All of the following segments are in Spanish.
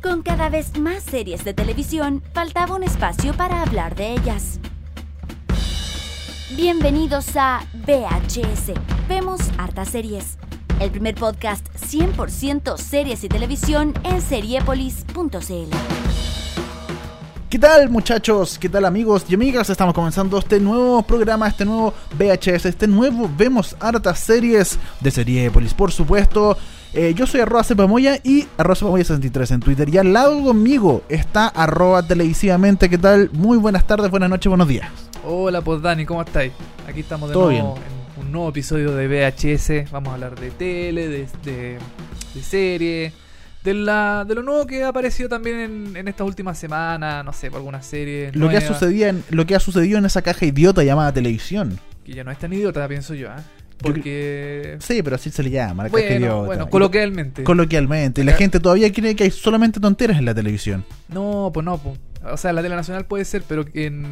Con cada vez más series de televisión, faltaba un espacio para hablar de ellas. Bienvenidos a VHS, Vemos Hartas Series, el primer podcast 100% series y televisión en Seriepolis.cl. ¿Qué tal, muchachos? ¿Qué tal, amigos y amigas? Estamos comenzando este nuevo programa, este nuevo VHS, este nuevo Vemos Hartas Series de Seriepolis, por supuesto. Yo soy @cepamoya y @cepamoya63 en Twitter. Y al lado conmigo está @televisivamente. ¿Qué tal? Muy buenas tardes, buenas noches, buenos días. Hola, pues Dani, ¿cómo estáis? Aquí estamos de ¿Todo nuevo bien? en un nuevo episodio de VHS. Vamos a hablar de tele, de serie, de lo nuevo que ha aparecido también en estas últimas semanas, no sé, por algunas series Lo que ha sucedido en esa caja idiota llamada televisión. que ya no es tan idiota, pienso yo, ¿eh? Porque... Sí, pero así se le llama, la caja idiota. Bueno, coloquialmente. Coloquialmente. Y la gente todavía cree que hay solamente tonteras en la televisión. No, pues. O sea, la tele nacional puede ser, pero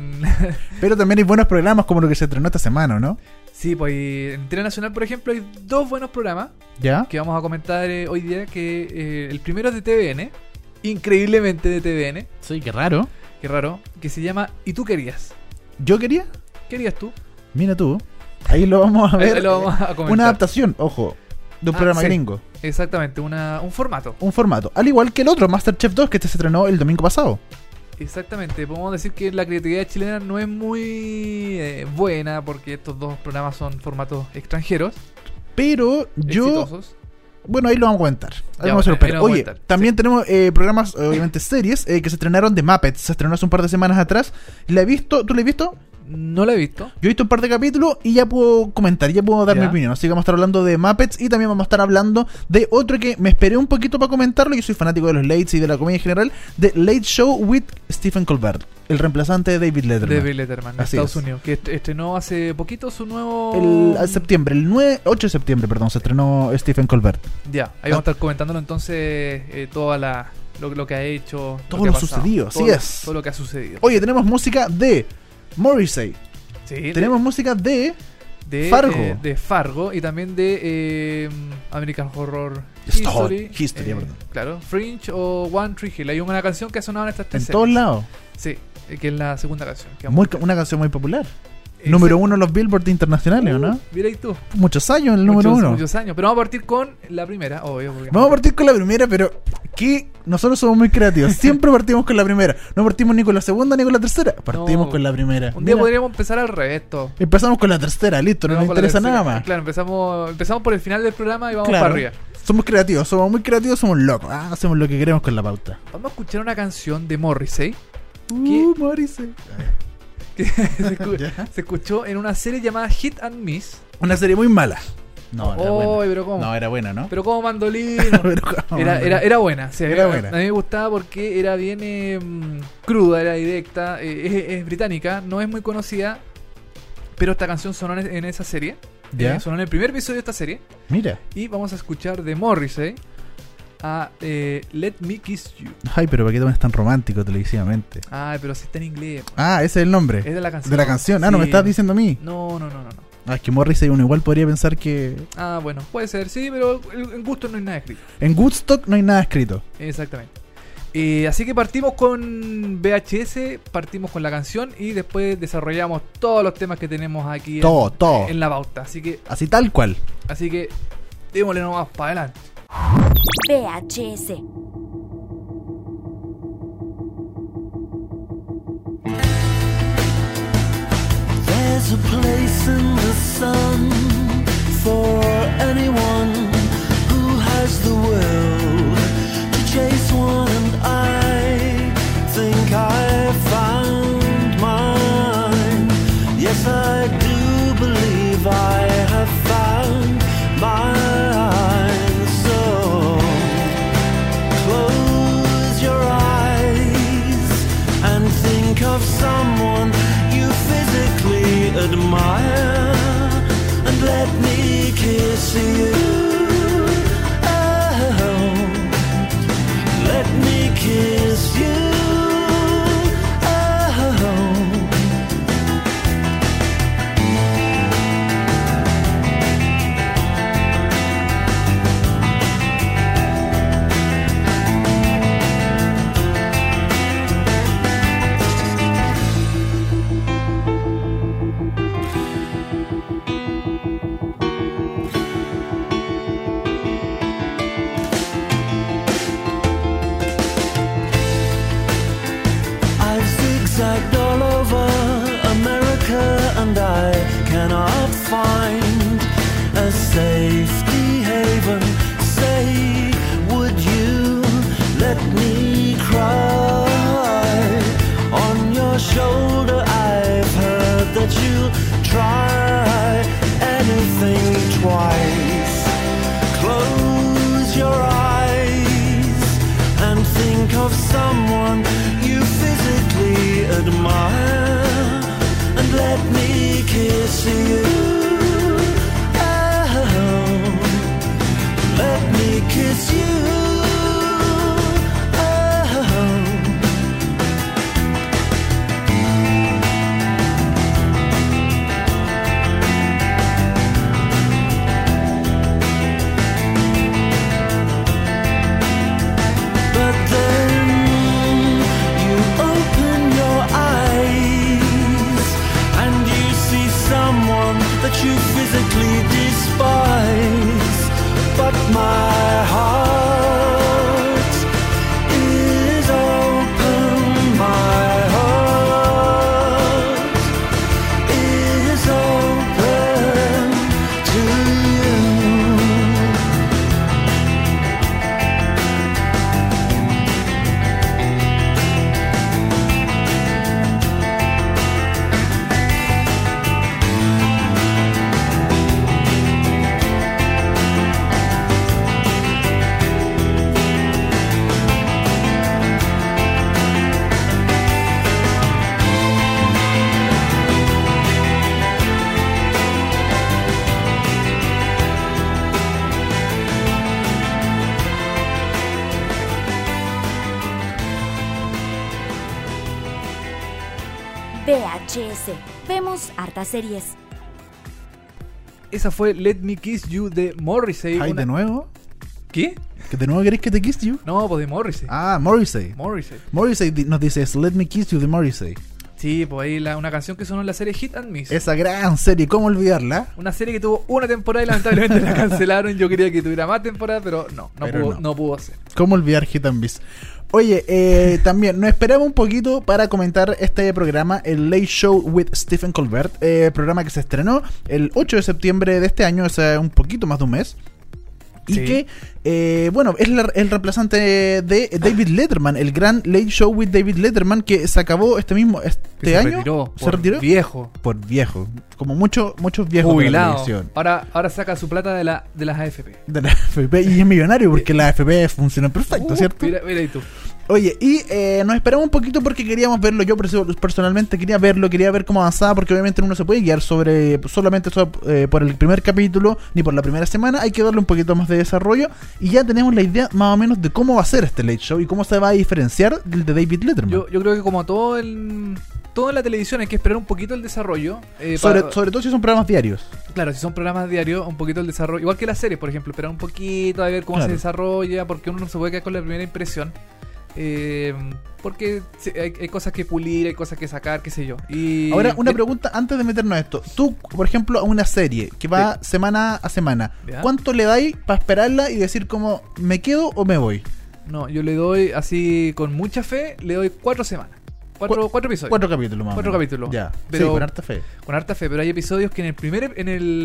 Pero también hay buenos programas como lo que se estrenó esta semana, ¿no? Sí, pues en tele nacional, por ejemplo, hay dos buenos programas ¿Ya? que vamos a comentar hoy día, que el primero es de TVN, increíblemente de TVN, Sí, qué raro. qué raro, que se llama ¿Y tú querías? ¿Yo quería? ¿Qué harías tú? Mira tú. Ahí lo vamos a ver. Ahí lo vamos a comentar. Una adaptación, ojo, de un programa sí. gringo. Exactamente, un formato. Un formato. Al igual que el otro, Masterchef 2, que este se estrenó el domingo pasado. Exactamente, podemos decir que la creatividad chilena no es muy buena, porque estos dos programas son formatos extranjeros, Pero yo... exitosos. Bueno, ahí lo vamos a comentar. Ahí Ya, vamos a bueno, hacer. ahí lo vamos a Oye, comentar. también tenemos programas, obviamente series, que se estrenaron de Muppets. Se estrenó hace un par de semanas atrás. ¿La he visto? ¿Tú la has visto? No la he visto. Yo he visto un par de capítulos y ya puedo comentar, ya puedo dar Ya. mi opinión. Así que vamos a estar hablando de Muppets y también vamos a estar hablando de otro que me esperé un poquito para comentarlo. Yo soy fanático de los Lates y de la comedia en general, de Late Show with Stephen Colbert, el reemplazante de David Letterman. David Letterman, de Así Estados es. Unidos, que estrenó hace poquito su nuevo... El septiembre, el 8 de septiembre, perdón, se estrenó Stephen Colbert. Ya, ahí vamos a estar comentándolo entonces toda lo que ha hecho, Todo que ha lo pasado, sucedido, todo, así es. todo lo que ha sucedido. Oye, tenemos música de Morrissey. Sí, Tenemos música de de Fargo. de Fargo y también de American Horror History, History. perdón. Claro, Fringe o One Tree Hill. Hay una canción que ha sonado en estas tres En todos series. lados. Sí, que es la segunda canción. Que vamos a Una canción muy popular. Exacto. Número 1 en los Billboard internacionales, ¿o no? Mira ahí tú. Muchos años el número 1. Muchos años. Pero vamos a partir con la primera, obvio. porque- Vamos a partir con la primera, pero que nosotros somos muy creativos. Siempre partimos con la primera. No partimos ni con la segunda ni con la tercera. Partimos No. con la primera. Un día Mira, podríamos empezar al revés todo. empezamos con la tercera, listo, no nos Empezamos con la interesa tercera. nada más. Claro, empezamos por el final del programa y vamos Claro. para arriba. Somos creativos, somos muy creativos, somos locos. Hacemos lo que queremos con la pauta. Vamos a escuchar una canción de Morrissey ¿Qué? Morrissey. que se escuchó en una serie llamada Hit and Miss. Una serie muy mala. No, era buena. Pero ¿cómo? No, era buena, ¿no? Pero como mandolino. Pero ¿cómo? Era buena. Sí, Era buena. A mí me gustaba porque era bien cruda, era directa. Es británica, no es muy conocida. Pero esta canción sonó en esa serie. ¿Ya? Sonó en el primer episodio de esta serie. Mira. Y vamos a escuchar de Morrissey a Let Me Kiss You. Ay, pero ¿para qué tomas tan romántico televisivamente? Ay, pero si está en inglés. Ah, ese es el nombre. Es de la canción. De la canción. Ah, no Sí. me estás diciendo a mí. No. Ah, es que Morrissey uno igual podría pensar que Ah, bueno, puede ser, sí, pero en gusto no hay nada escrito. en Woodstock no hay nada escrito. Exactamente. Así que partimos con VHS, partimos con la canción y después desarrollamos todos los temas que tenemos aquí Todo. en la pauta. Así que Así que démosle nomás para adelante. VHS. There's a place in the sun for anyone who has the will to chase one, and I think I found mine. Yes, I do believe I have found mine. So close your eyes and of someone you physically admire, and safety haven. Say, would you let me cry on your shoulder? I've heard that you try anything twice. Close your eyes and think of someone you physically admire, and let me kiss you. Oh, let me kiss you. That you physically despise, but my heart is open. My heart is open to you. VHS. Vemos hartas series. Esa fue Let Me Kiss You de Morrissey. ¿Ay, de nuevo? ¿Qué? ¿Que de nuevo querés que te kiss you? No, pues de Morrissey. Ah, Morrissey. Morrissey nos dice Let Me Kiss You de Morrissey. Sí, pues ahí una canción que sonó en la serie Hit and Miss. Esa gran serie, ¿cómo olvidarla? Una serie que tuvo una temporada y lamentablemente la cancelaron. Yo quería que tuviera más temporada, pero no pudo ser. ¿Cómo olvidar Hit and Miss? Oye, también nos esperamos un poquito para comentar este programa, el Late Show with Stephen Colbert, programa que se estrenó el 8 de septiembre de este año, o sea, un poquito más de un mes. Y sí, que, bueno, es el reemplazante de David Letterman, el gran Late Show with David Letterman, que se acabó este año. Se retiró viejo. Por viejo. Como muchos viejos jubilado. de la televisión. Ahora saca su plata de las AFP. De la AFP. Y es millonario porque las AFP funcionan perfecto, ¿cierto? Mira ahí tú. Oye, y nos esperamos un poquito porque queríamos verlo. Yo personalmente quería verlo, quería ver cómo avanzaba, porque obviamente uno no se puede guiar solamente por el primer capítulo ni por la primera semana. Hay que darle un poquito más de desarrollo y ya tenemos la idea más o menos de cómo va a ser este Late Show y cómo se va a diferenciar del de David Letterman. Yo creo que como todo en la televisión hay que esperar un poquito el desarrollo. Sobre todo si son programas diarios. Claro, si son programas diarios, un poquito el desarrollo. Igual que las series, por ejemplo, esperar un poquito a ver cómo se desarrolla, porque uno no se puede quedar con la primera impresión. Porque hay cosas que pulir, hay cosas que sacar, qué sé yo. Y ahora, una pregunta antes de meternos a esto. Tú, por ejemplo, a una serie que va semana a semana, ¿ya? ¿Cuánto le dais para esperarla y decir como me quedo o me voy? No, yo le doy así con mucha fe, le doy 4 semanas. 4 episodios. 4 capítulos más. 4 capítulos. Ya. Pero, sí, con harta fe. Con harta fe, pero hay episodios que el primer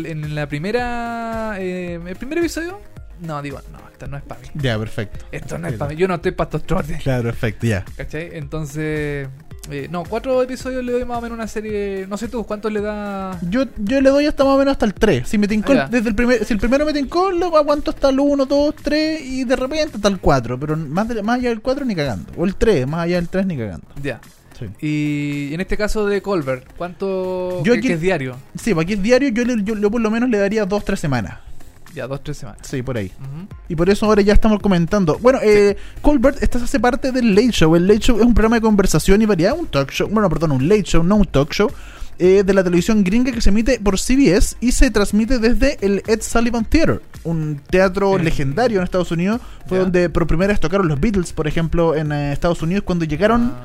episodio, no, digo, no, esto no es para mí. Ya, perfecto. Esto no es para mí. Yo no estoy para estos trotes. Claro, perfecto, ya. ¿Cachai? Entonces, no, 4 episodios le doy más o menos una serie. No sé tú, ¿cuántos le da? Yo le doy hasta más o menos hasta el 3. Si me tincó desde si el primero me tincó, luego aguanto hasta el 1, 2, 3 y de repente hasta el 4. Pero más allá del 4 ni cagando. O el 3, más allá del 3 ni cagando. Ya. Sí. Y en este caso de Colbert, ¿cuánto? ¿Qué es diario? Sí, aquí es diario. Yo por lo menos le daría 2-3 semanas. Ya, 2-3 semanas. Sí, por ahí. Y por eso ahora ya estamos comentando. Bueno, Colbert, esta hace parte del Late Show. El Late Show es un programa de conversación y variedad, un talk show. Bueno, perdón, un Late Show, no un talk show. De la televisión gringa que se emite por CBS y se transmite desde el Ed Sullivan Theater, un teatro legendario en Estados Unidos. Fue donde por primera vez tocaron los Beatles, por ejemplo, en Estados Unidos, cuando llegaron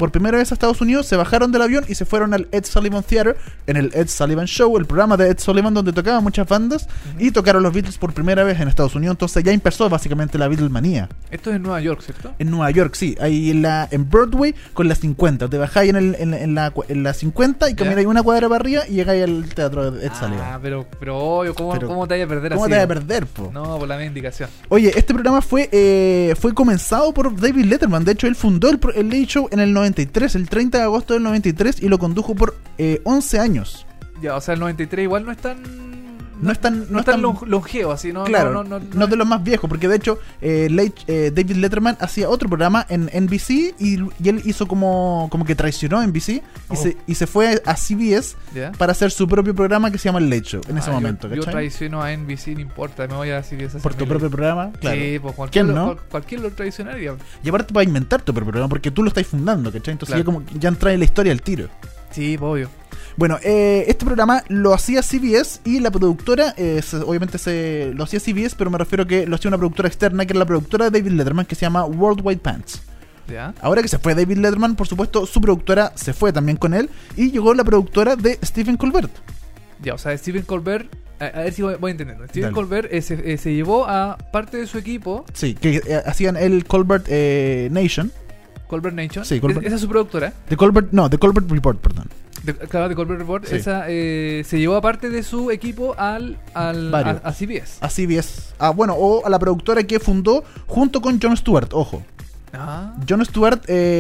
por primera vez a Estados Unidos, se bajaron del avión y se fueron al Ed Sullivan Theater, en el Ed Sullivan Show, el programa de Ed Sullivan donde tocaban muchas bandas, y tocaron los Beatles por primera vez en Estados Unidos. Entonces ya empezó básicamente la Beatlemanía. Esto es en Nueva York, ¿cierto? En Nueva York, sí, ahí en Broadway con la 50. Te bajáis en la 50 y camináis una cuadra para arriba y llegáis al teatro de Ed Sullivan. Pero obvio, ¿cómo te vayas a perder ¿Cómo así? te vas a perder, po? No, por la misma indicación. Oye, este programa fue comenzado por David Letterman. De hecho, él fundó el Late Show en el 93, el 30 de agosto del 93, y lo condujo por 11 años. Ya, o sea, el 93 igual no es tan... No es tan longevo, así, ¿no? Claro, no de los más viejos, porque de hecho David Letterman hacía otro programa en NBC y él hizo como que traicionó a NBC y se fue a CBS para hacer su propio programa que se llama El Late Show en ese momento. Yo traiciono a NBC, no importa, me voy a CBS. ¿Por tu propio programa? Claro. Sí, pues cualquier lo traicionaría. Y aparte para inventar tu propio programa, porque tú lo estás fundando, ¿cachai? Entonces claro. ya entra en la historia al tiro. Sí, obvio. Bueno, este programa lo hacía CBS y la productora, obviamente lo hacía CBS, pero me refiero a que lo hacía una productora externa, que era la productora de David Letterman, que se llama Worldwide Pants. ¿Ya? Ahora que se fue David Letterman, por supuesto, su productora se fue también con él y llegó la productora de Stephen Colbert. Ya, o sea, Stephen Colbert, a ver si voy entendiendo. Stephen Dale. Colbert se llevó a parte de su equipo. Sí, que hacían el Colbert Nation. Colbert Nation. Sí, Colbert. Esa es su productora. The Colbert Report, perdón. Claro, de Colbert Report. Sí. Esa se llevó a parte de su equipo a CBS. A CBS. O a la productora que fundó junto con Jon Stewart, ojo. Jon Stewart,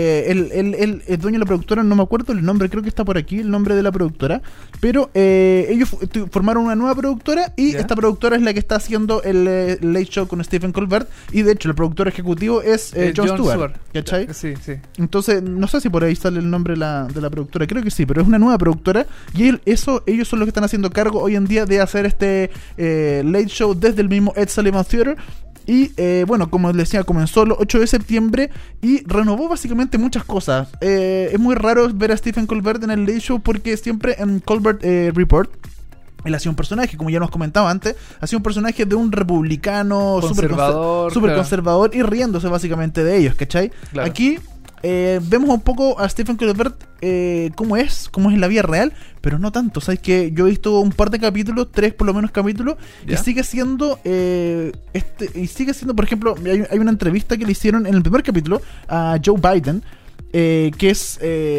el dueño de la productora, no me acuerdo el nombre, creo que está por aquí el nombre de la productora, pero ellos formaron una nueva productora y esta productora es la que está haciendo el Late Show con Stephen Colbert, y de hecho el productor ejecutivo es Jon Stewart, ¿cachai? Sí. Entonces, no sé si por ahí sale el nombre de la productora, creo que sí, pero es una nueva productora y ellos son los que están haciendo cargo hoy en día de hacer este Late Show desde el mismo Ed Sullivan Theater. Y como les decía, comenzó el 8 de septiembre y renovó básicamente muchas cosas. Es muy raro ver a Stephen Colbert en el Late Show porque siempre en Colbert Report él hacía un personaje, como ya nos comentaba antes, hacía un personaje de un republicano súper conservador y riéndose básicamente de ellos, ¿cachai? Claro. Aquí vemos un poco a Stephen Colbert cómo es en la vida real, pero no tanto. Sabes que yo he visto un par de capítulos, 3 por lo menos capítulos, y sigue siendo por ejemplo, hay una entrevista que le hicieron en el primer capítulo a Joe Biden, que es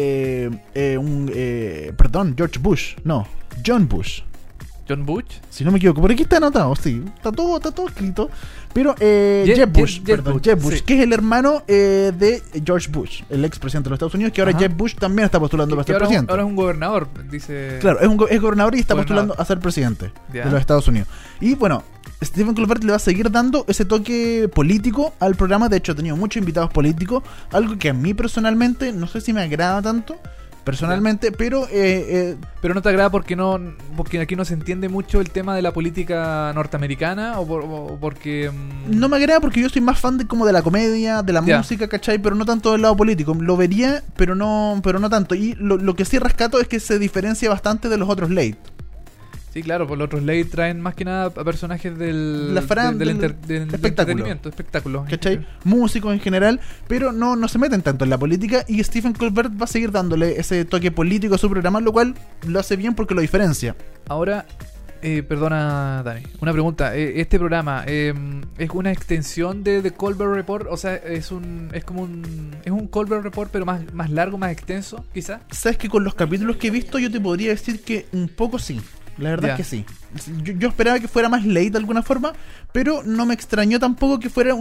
George Bush, no, John Bush. John Bush, si no me equivoco, por aquí está anotado, sí, está todo escrito. Pero Jeb Bush, sí, que es el hermano de George Bush, el expresidente de los Estados Unidos, que ahora Jeb Bush también está postulando para ser presidente. Ahora es un gobernador, dice. Claro, es gobernador y está postulando a ser presidente de los Estados Unidos. Y bueno, Stephen Colbert le va a seguir dando ese toque político al programa. De hecho, ha tenido muchos invitados políticos, algo que a mí personalmente no sé si me agrada tanto. Personalmente, pero no te agrada porque aquí no se entiende mucho el tema de la política norteamericana o porque no me agrada porque yo soy más fan de la comedia, de la música, ¿cachai? Pero no tanto del lado político. Lo vería, pero no tanto. Y lo que sí rescato es que se diferencia bastante de los otros late. Sí, claro, pues los otros late traen más que nada a personajes del entretenimiento, espectáculo. ¿Cachai? Músicos en general, pero no se meten tanto en la política, y Stephen Colbert va a seguir dándole ese toque político a su programa, lo cual lo hace bien porque lo diferencia. Ahora, perdona, Dani, una pregunta. ¿Este programa es una extensión de The Colbert Report? O sea, es un Colbert Report, pero más largo, más extenso, quizá. Sabes que con los capítulos que he visto yo te podría decir que un poco sí. La verdad es que sí. Yo esperaba que fuera más late de alguna forma, pero no me extrañó tampoco que fuera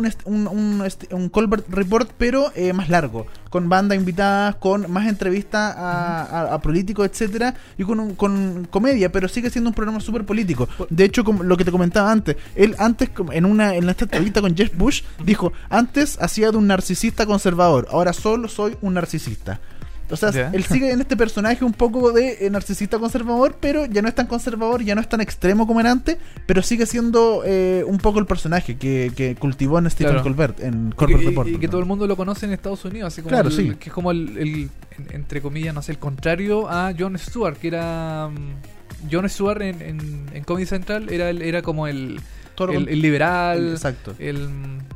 un Colbert Report, pero más largo, con banda invitadas, con más entrevistas a políticos, etcétera, y con comedia, pero sigue siendo un programa súper político. De hecho, como lo que te comentaba antes, él antes en esta entrevista con Jeb Bush dijo: antes hacía de un narcisista conservador, ahora solo soy un narcisista. O sea, él sigue en este personaje un poco de narcisista conservador, pero ya no es tan conservador, ya no es tan extremo como era antes, pero sigue siendo un poco el personaje que cultivó en Stephen Colbert, en Colbert Report. Y que todo el mundo lo conoce en Estados Unidos, así como que es como el entre comillas, no sé, el contrario a Jon Stewart, que era Jon Stewart en Comedy Central era como el liberal, exacto,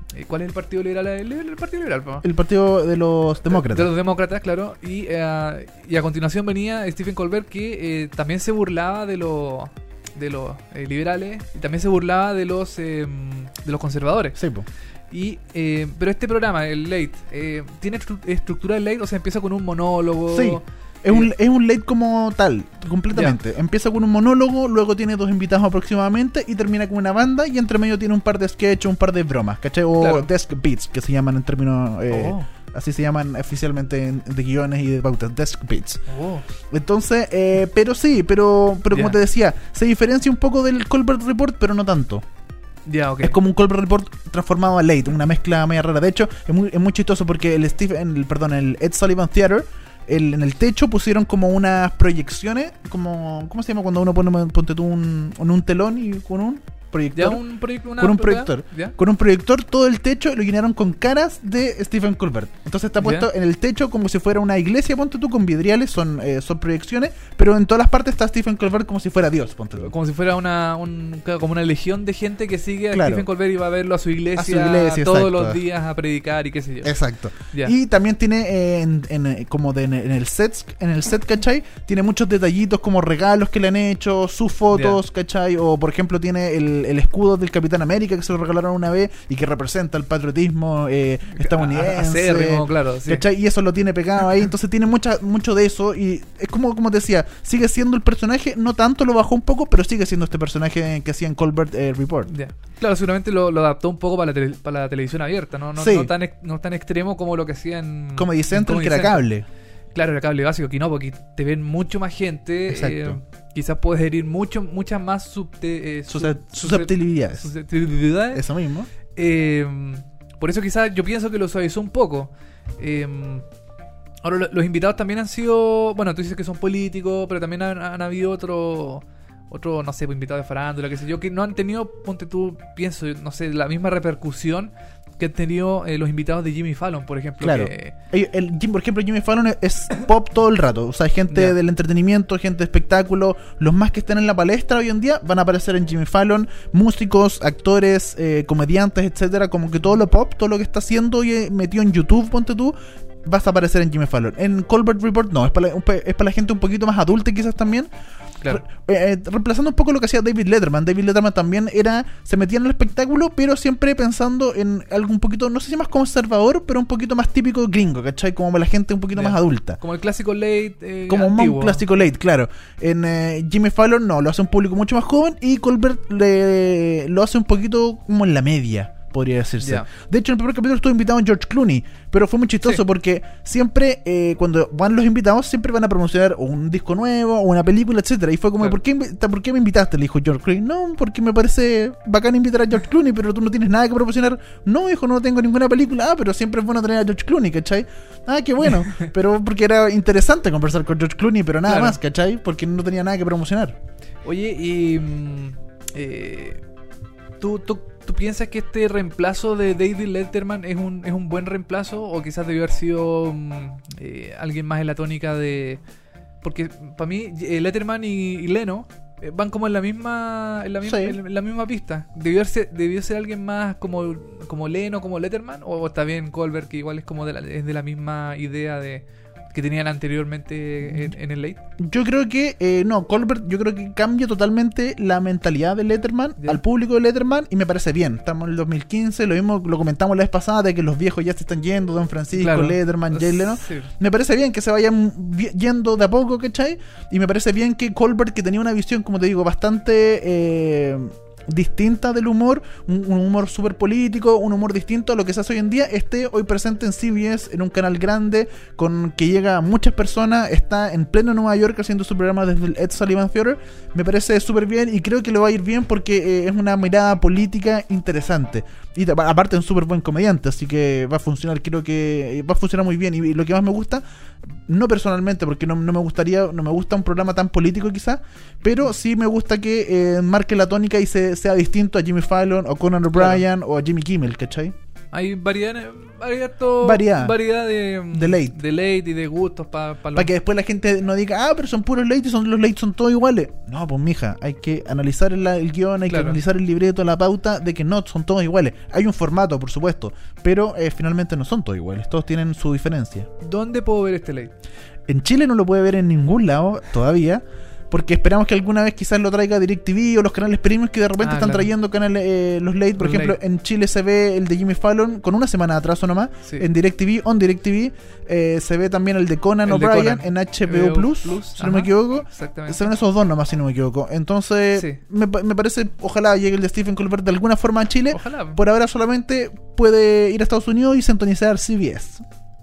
¿cuál es el Partido Liberal? El Partido Liberal, po. El partido de los demócratas. De los demócratas, claro. Y a continuación venía Stephen Colbert, que también se burlaba de los liberales y también se burlaba de los conservadores. Sí, po. Pero este programa, el Late, tiene estructura de Late, o sea, empieza con un monólogo. Sí. Es un late como tal, completamente. Ya. Empieza con un monólogo, luego tiene 2 invitados aproximadamente y termina con una banda y entre medio tiene un par de sketches, un par de bromas, ¿cachai? O Claro. desk beats, que se llaman en términos... Así se llaman oficialmente de guiones y de pautas, desk beats. Entonces, pero como Ya. te decía, se diferencia un poco del Colbert Report, pero no tanto. Ya, ok. Es como un Colbert Report transformado a late, una mezcla media rara. De hecho, es muy chistoso porque el Ed Sullivan Theater, en el techo pusieron como unas proyecciones, como ¿cómo se llama cuando uno ponte tú un telón y con un proyector? Ya un proyector. Con un proyector. ¿Ya? Con un proyector todo el techo lo llenaron con caras de Stephen Colbert. Entonces está puesto Ya. en el techo como si fuera una iglesia, ponte tú, con vidriales, son proyecciones, pero en todas las partes está Stephen Colbert como si fuera Dios, ponte tú. Como si fuera como una legión de gente que sigue a Claro. Stephen Colbert y va a verlo a su iglesia, A su iglesia, todos exacto. los días a predicar y qué sé yo. Exacto. Ya. Y también tiene en el set, ¿cachai? Tiene muchos detallitos como regalos que le han hecho, sus fotos, ¿cachai? O por ejemplo tiene el escudo del Capitán América que se lo regalaron una vez y que representa el patriotismo estadounidense. Acérrimo, claro, sí. ¿Cachai? Y eso lo tiene pegado ahí. Entonces tiene mucho de eso. Y es como te decía, sigue siendo el personaje, no tanto, lo bajó un poco, pero sigue siendo este personaje que hacía en Colbert Report. Ya. Claro, seguramente lo adaptó un poco para la televisión abierta, ¿no? Sí. No tan extremo como lo que hacía en Comedy Central, en que era cable. Claro, era cable básico, aquí no, porque te ven mucho más gente. Exacto. Quizás puedes herir muchas más Susceptibilidades. susceptibilidades. Eso mismo. Por eso quizás yo pienso que lo suavizó un poco. Ahora, los invitados también han sido... Bueno, tú dices que son políticos, pero también han habido otro, no sé, invitados de farándula, qué sé yo, que no han tenido, ponte tú, pienso, no sé, la misma repercusión que han tenido los invitados de Jimmy Fallon, por ejemplo. Claro. Que, Por ejemplo, Jimmy Fallon es pop todo el rato. O sea, hay gente Ya. del entretenimiento, gente de espectáculo. Los más que están en la palestra hoy en día van a aparecer en Jimmy Fallon. Músicos, actores, comediantes, etcétera. Como que todo lo pop, todo lo que está haciendo y metido en YouTube, ponte tú, vas a aparecer en Jimmy Fallon. En Colbert Report no, es para la gente un poquito más adulta quizás también. claro. Reemplazando un poco lo que hacía David Letterman. David Letterman también se metía en el espectáculo, pero siempre pensando en algo un poquito, no sé si más conservador, pero un poquito más típico gringo, ¿cachai? Como la gente un poquito Ya. más adulta. Como el clásico late. Como más antiguo. un clásico late, claro. En Jimmy Fallon no, lo hace un público mucho más joven y Colbert lo hace un poquito como en la media, podría decirse. Ya. De hecho, en el primer capítulo estuvo invitado George Clooney, pero fue muy chistoso Sí. porque siempre, cuando van los invitados, siempre van a promocionar o un disco nuevo o una película, etcétera. Y fue como, Claro. ¿por qué me invitaste? Le dijo George Clooney. No, porque me parece bacán invitar a George Clooney, pero tú no tienes nada que promocionar. No, hijo, no tengo ninguna película. Ah, pero siempre es bueno tener a George Clooney, ¿cachai? Ah, qué bueno. Pero porque era interesante conversar con George Clooney, pero nada Claro. más, ¿cachai? Porque no tenía nada que promocionar. Oye, y ¿tú piensas que este reemplazo de David Letterman es un buen reemplazo? ¿O quizás debió haber sido alguien más en la tónica de...? Porque para mí Letterman y Leno van como en la misma Sí. en la misma pista. ¿Debió ser alguien más como Leno, como Letterman? ¿O está bien Colbert, que igual es como es de la misma idea que tenían anteriormente en el Late? Yo creo que, Colbert, yo creo que cambia totalmente la mentalidad de Letterman Ya. al público de Letterman y me parece bien. Estamos en el 2015, lo mismo lo comentamos la vez pasada de que los viejos ya se están yendo, Don Francisco, Claro. Letterman, Jay Leno. Sí. Me parece bien que se vayan yendo de a poco, ¿cachai? Y me parece bien que Colbert, que tenía una visión, como te digo, bastante distinta del humor, un humor súper político, un humor distinto a lo que se hace hoy en día, esté hoy presente en CBS, en un canal grande, con que llega a muchas personas, está en pleno Nueva York haciendo su programa desde el Ed Sullivan Theater. Me parece súper bien y creo que le va a ir bien porque es una mirada política interesante. Y aparte es un súper buen comediante, así que va a funcionar, creo que va a funcionar muy bien. Y lo que más me gusta, no personalmente, porque no me gusta un programa tan político quizás, pero sí me gusta que marque la tónica y sea distinto a Jimmy Fallon o Conan O'Brien o a Jimmy Kimmel, ¿cachai? Hay variedad De late. de late y de gustos para Para que después la gente no diga, pero son puros late y los late son todos iguales. No, pues mija, hay que analizar el guión, hay que analizar el libreto, la pauta, de que no son todos iguales. Hay un formato, por supuesto, pero finalmente no son todos iguales, todos tienen su diferencia. ¿Dónde puedo ver este late? En Chile no lo puede ver en ningún lado todavía, porque esperamos que alguna vez quizás lo traiga DirecTV o los canales premium que de repente están trayendo canales, los late. Por ejemplo, late. En Chile se ve el de Jimmy Fallon con una semana de atraso nomás. Sí. En DirecTV, se ve también el de Conan O'Brien en HBO Plus, si no me equivoco. Se ven esos dos nomás, si no me equivoco. Entonces, me parece, ojalá llegue el de Stephen Colbert de alguna forma a Chile. Ojalá. Por ahora solamente puede ir a Estados Unidos y sintonizar CBS.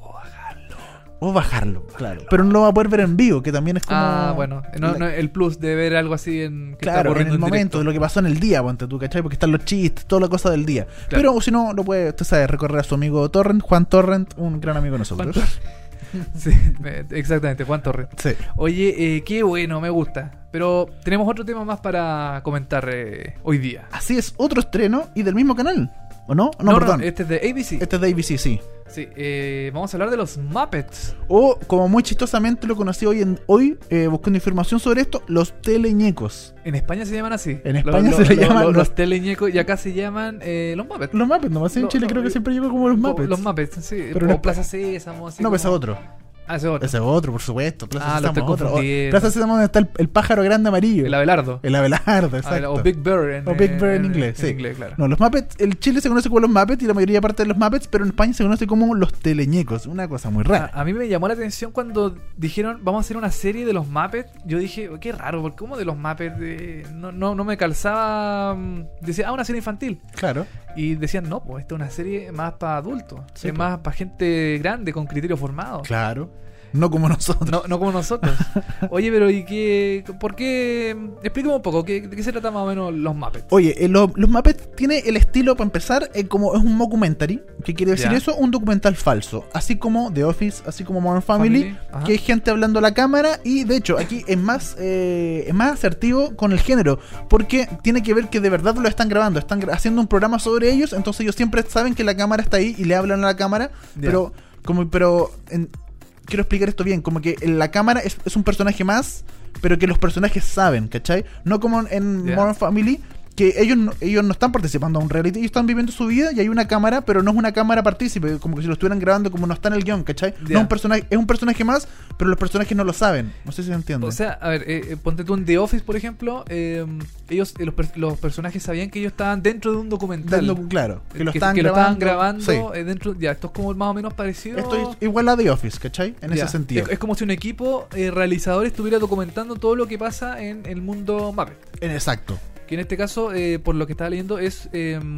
O bajarlo, claro. Pero no lo va a poder ver en vivo, que también es como... bueno. No, el plus de ver algo así en... Claro, en el momento, de lo que pasó en el día, ponte tú, ¿cachai? Porque están los chistes, toda la cosa del día. Claro. Pero si no, lo puede, usted sabe, recorrer a su amigo Torrent, Juan Torrent, un gran amigo de nosotros. Sí, exactamente, Juan Torrent. Sí. Oye, qué bueno, me gusta. Pero tenemos otro tema más para comentar hoy día. Así es, otro estreno y del mismo canal. ¿O no? No, perdón. Este es de ABC. Este es de ABC, sí. Sí, vamos a hablar de los Muppets. O, como muy chistosamente lo conocí hoy buscando información sobre esto, los teleñecos. En España se llaman así. En España se le llaman los teleñecos y acá se llaman los Muppets. Los Muppets, nomás en Chile creo que siempre llegó como los Muppets. Los Muppets, sí. Pero o Plaza Sésamo. No, pues es otro. Ese otro. Ese otro, por supuesto. Plaza Sésamo, otro. Plaza Sésamo, donde está el pájaro grande amarillo. El Abelardo. El Abelardo, exacto. O Big Bear en inglés, sí. En inglés, claro. No, los Muppets, el Chile se conoce como los Muppets y la mayoría parte de los Muppets, pero en España se conoce como los teleñecos. Una cosa muy rara. A mí me llamó la atención cuando dijeron, vamos a hacer una serie de los Muppets. Yo dije, qué raro, porque como de los Muppets no me calzaba. Decía, una serie infantil. Claro. Y decían, no, pues esta es una serie más para adultos. Sí, es más para gente grande, con criterio formado. Claro. No como nosotros. No como nosotros. Oye, pero ¿y qué? ¿Por qué? Explícame un poco, ¿de qué se trata más o menos los Muppets? Oye, los Muppets tiene el estilo, para empezar, como es un mockumentary. ¿Qué quiere decir eso? Un documental falso. Así como The Office, así como Modern Family. Que hay gente hablando a la cámara. Y de hecho, aquí es más asertivo con el género. Porque tiene que ver que de verdad lo están grabando. Están haciendo un programa sobre ellos. Entonces ellos siempre saben que la cámara está ahí y le hablan a la cámara. Quiero explicar esto bien, como que la cámara es un personaje más, pero que los personajes saben, ¿cachai? No como en Modern Family, que ellos no están participando en un reality, ellos están viviendo su vida y hay una cámara, pero no es una cámara partícipe, como que si lo estuvieran grabando, como no está en el guión, ¿cachai? No es un personaje más, pero los personajes no lo saben. No sé si se entiende. O sea, a ver, ponte tú en The Office, por ejemplo, los personajes sabían que ellos estaban dentro de un documental. Claro, que lo estaban grabando dentro. Ya, esto es como más o menos parecido. Esto es igual a The Office, ¿cachai? En ese sentido. Es como si un equipo realizador estuviera documentando todo lo que pasa en el mundo Muppet. Exacto. Que en este caso, por lo que estaba leyendo, es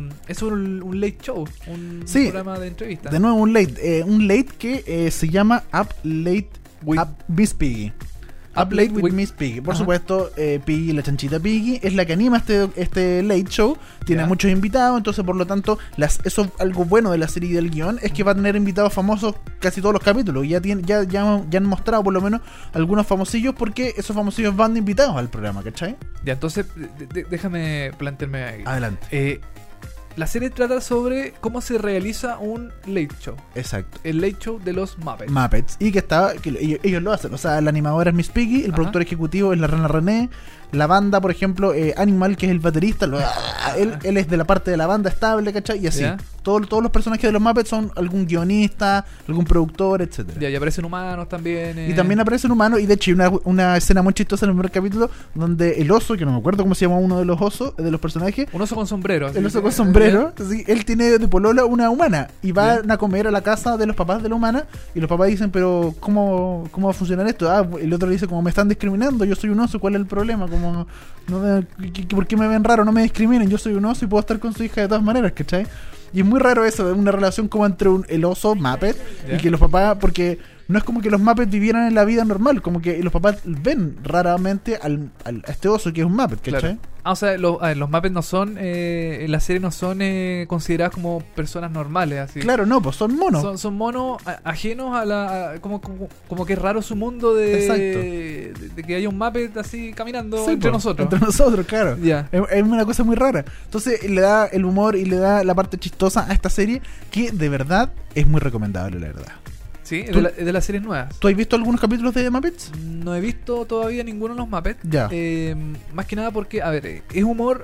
un late show, un programa de entrevista. De nuevo un late que se llama Up Late with Miss Piggy. Up Late with Miss Piggy. Por supuesto, Piggy, la chanchita Piggy, es la que anima este late show. Tiene muchos invitados, entonces por lo tanto, eso algo bueno de la serie y del guión es que va a tener invitados famosos casi todos los capítulos. Ya han mostrado por lo menos algunos famosillos, porque esos famosillos van de invitados al programa, ¿cachai? Ya, entonces, déjame plantearme ahí. Adelante. La serie trata sobre cómo se realiza un late show. Exacto. El late show de los Muppets. Y que ellos lo hacen. O sea, la animadora es Miss Piggy, el productor ejecutivo es la Rana René. La banda, por ejemplo, Animal, que es el baterista, él es de la parte de la banda estable, ¿cachai? Y así. Todos los personajes de los Muppets son algún guionista, algún productor, etcétera. Y aparecen humanos también. Y también aparecen humanos. Y de hecho hay una escena muy chistosa en el primer capítulo donde el oso, que no me acuerdo cómo se llama uno de los osos, de los personajes. Un oso con sombrero. El oso con sombrero. Entonces, él tiene de polola una humana. Y van a comer a la casa de los papás de la humana. Y los papás dicen, pero ¿cómo va a funcionar esto? El otro le dice, como me están discriminando, yo soy un oso, ¿cuál es el problema? Como, ¿por qué me ven raro? No me discriminen, yo soy un oso y puedo estar con su hija de todas maneras, ¿cachai? Y es muy raro eso, una relación como entre el oso Muppet y que los papás, porque no es como que los Muppets vivieran en la vida normal, como que los papás ven raramente a este oso que es un Muppet, ¿cachai? Claro. O sea, los Muppets no son, en la serie no son consideradas como personas normales, así. Claro, no, pues son monos. Son monos ajenos a la... como que es raro su mundo de que haya un Muppet así caminando Sí, entre po, nosotros. Entre nosotros, claro. Ya. Es una cosa muy rara. Entonces le da el humor y le da la parte chistosa a esta serie que de verdad es muy recomendable, la verdad. Sí, es ¿Tú- de las series nuevas. ¿Tú has visto algunos capítulos de Muppets? No he visto todavía ninguno de los Muppets. Ya. Más que nada porque, a ver, ¿es humor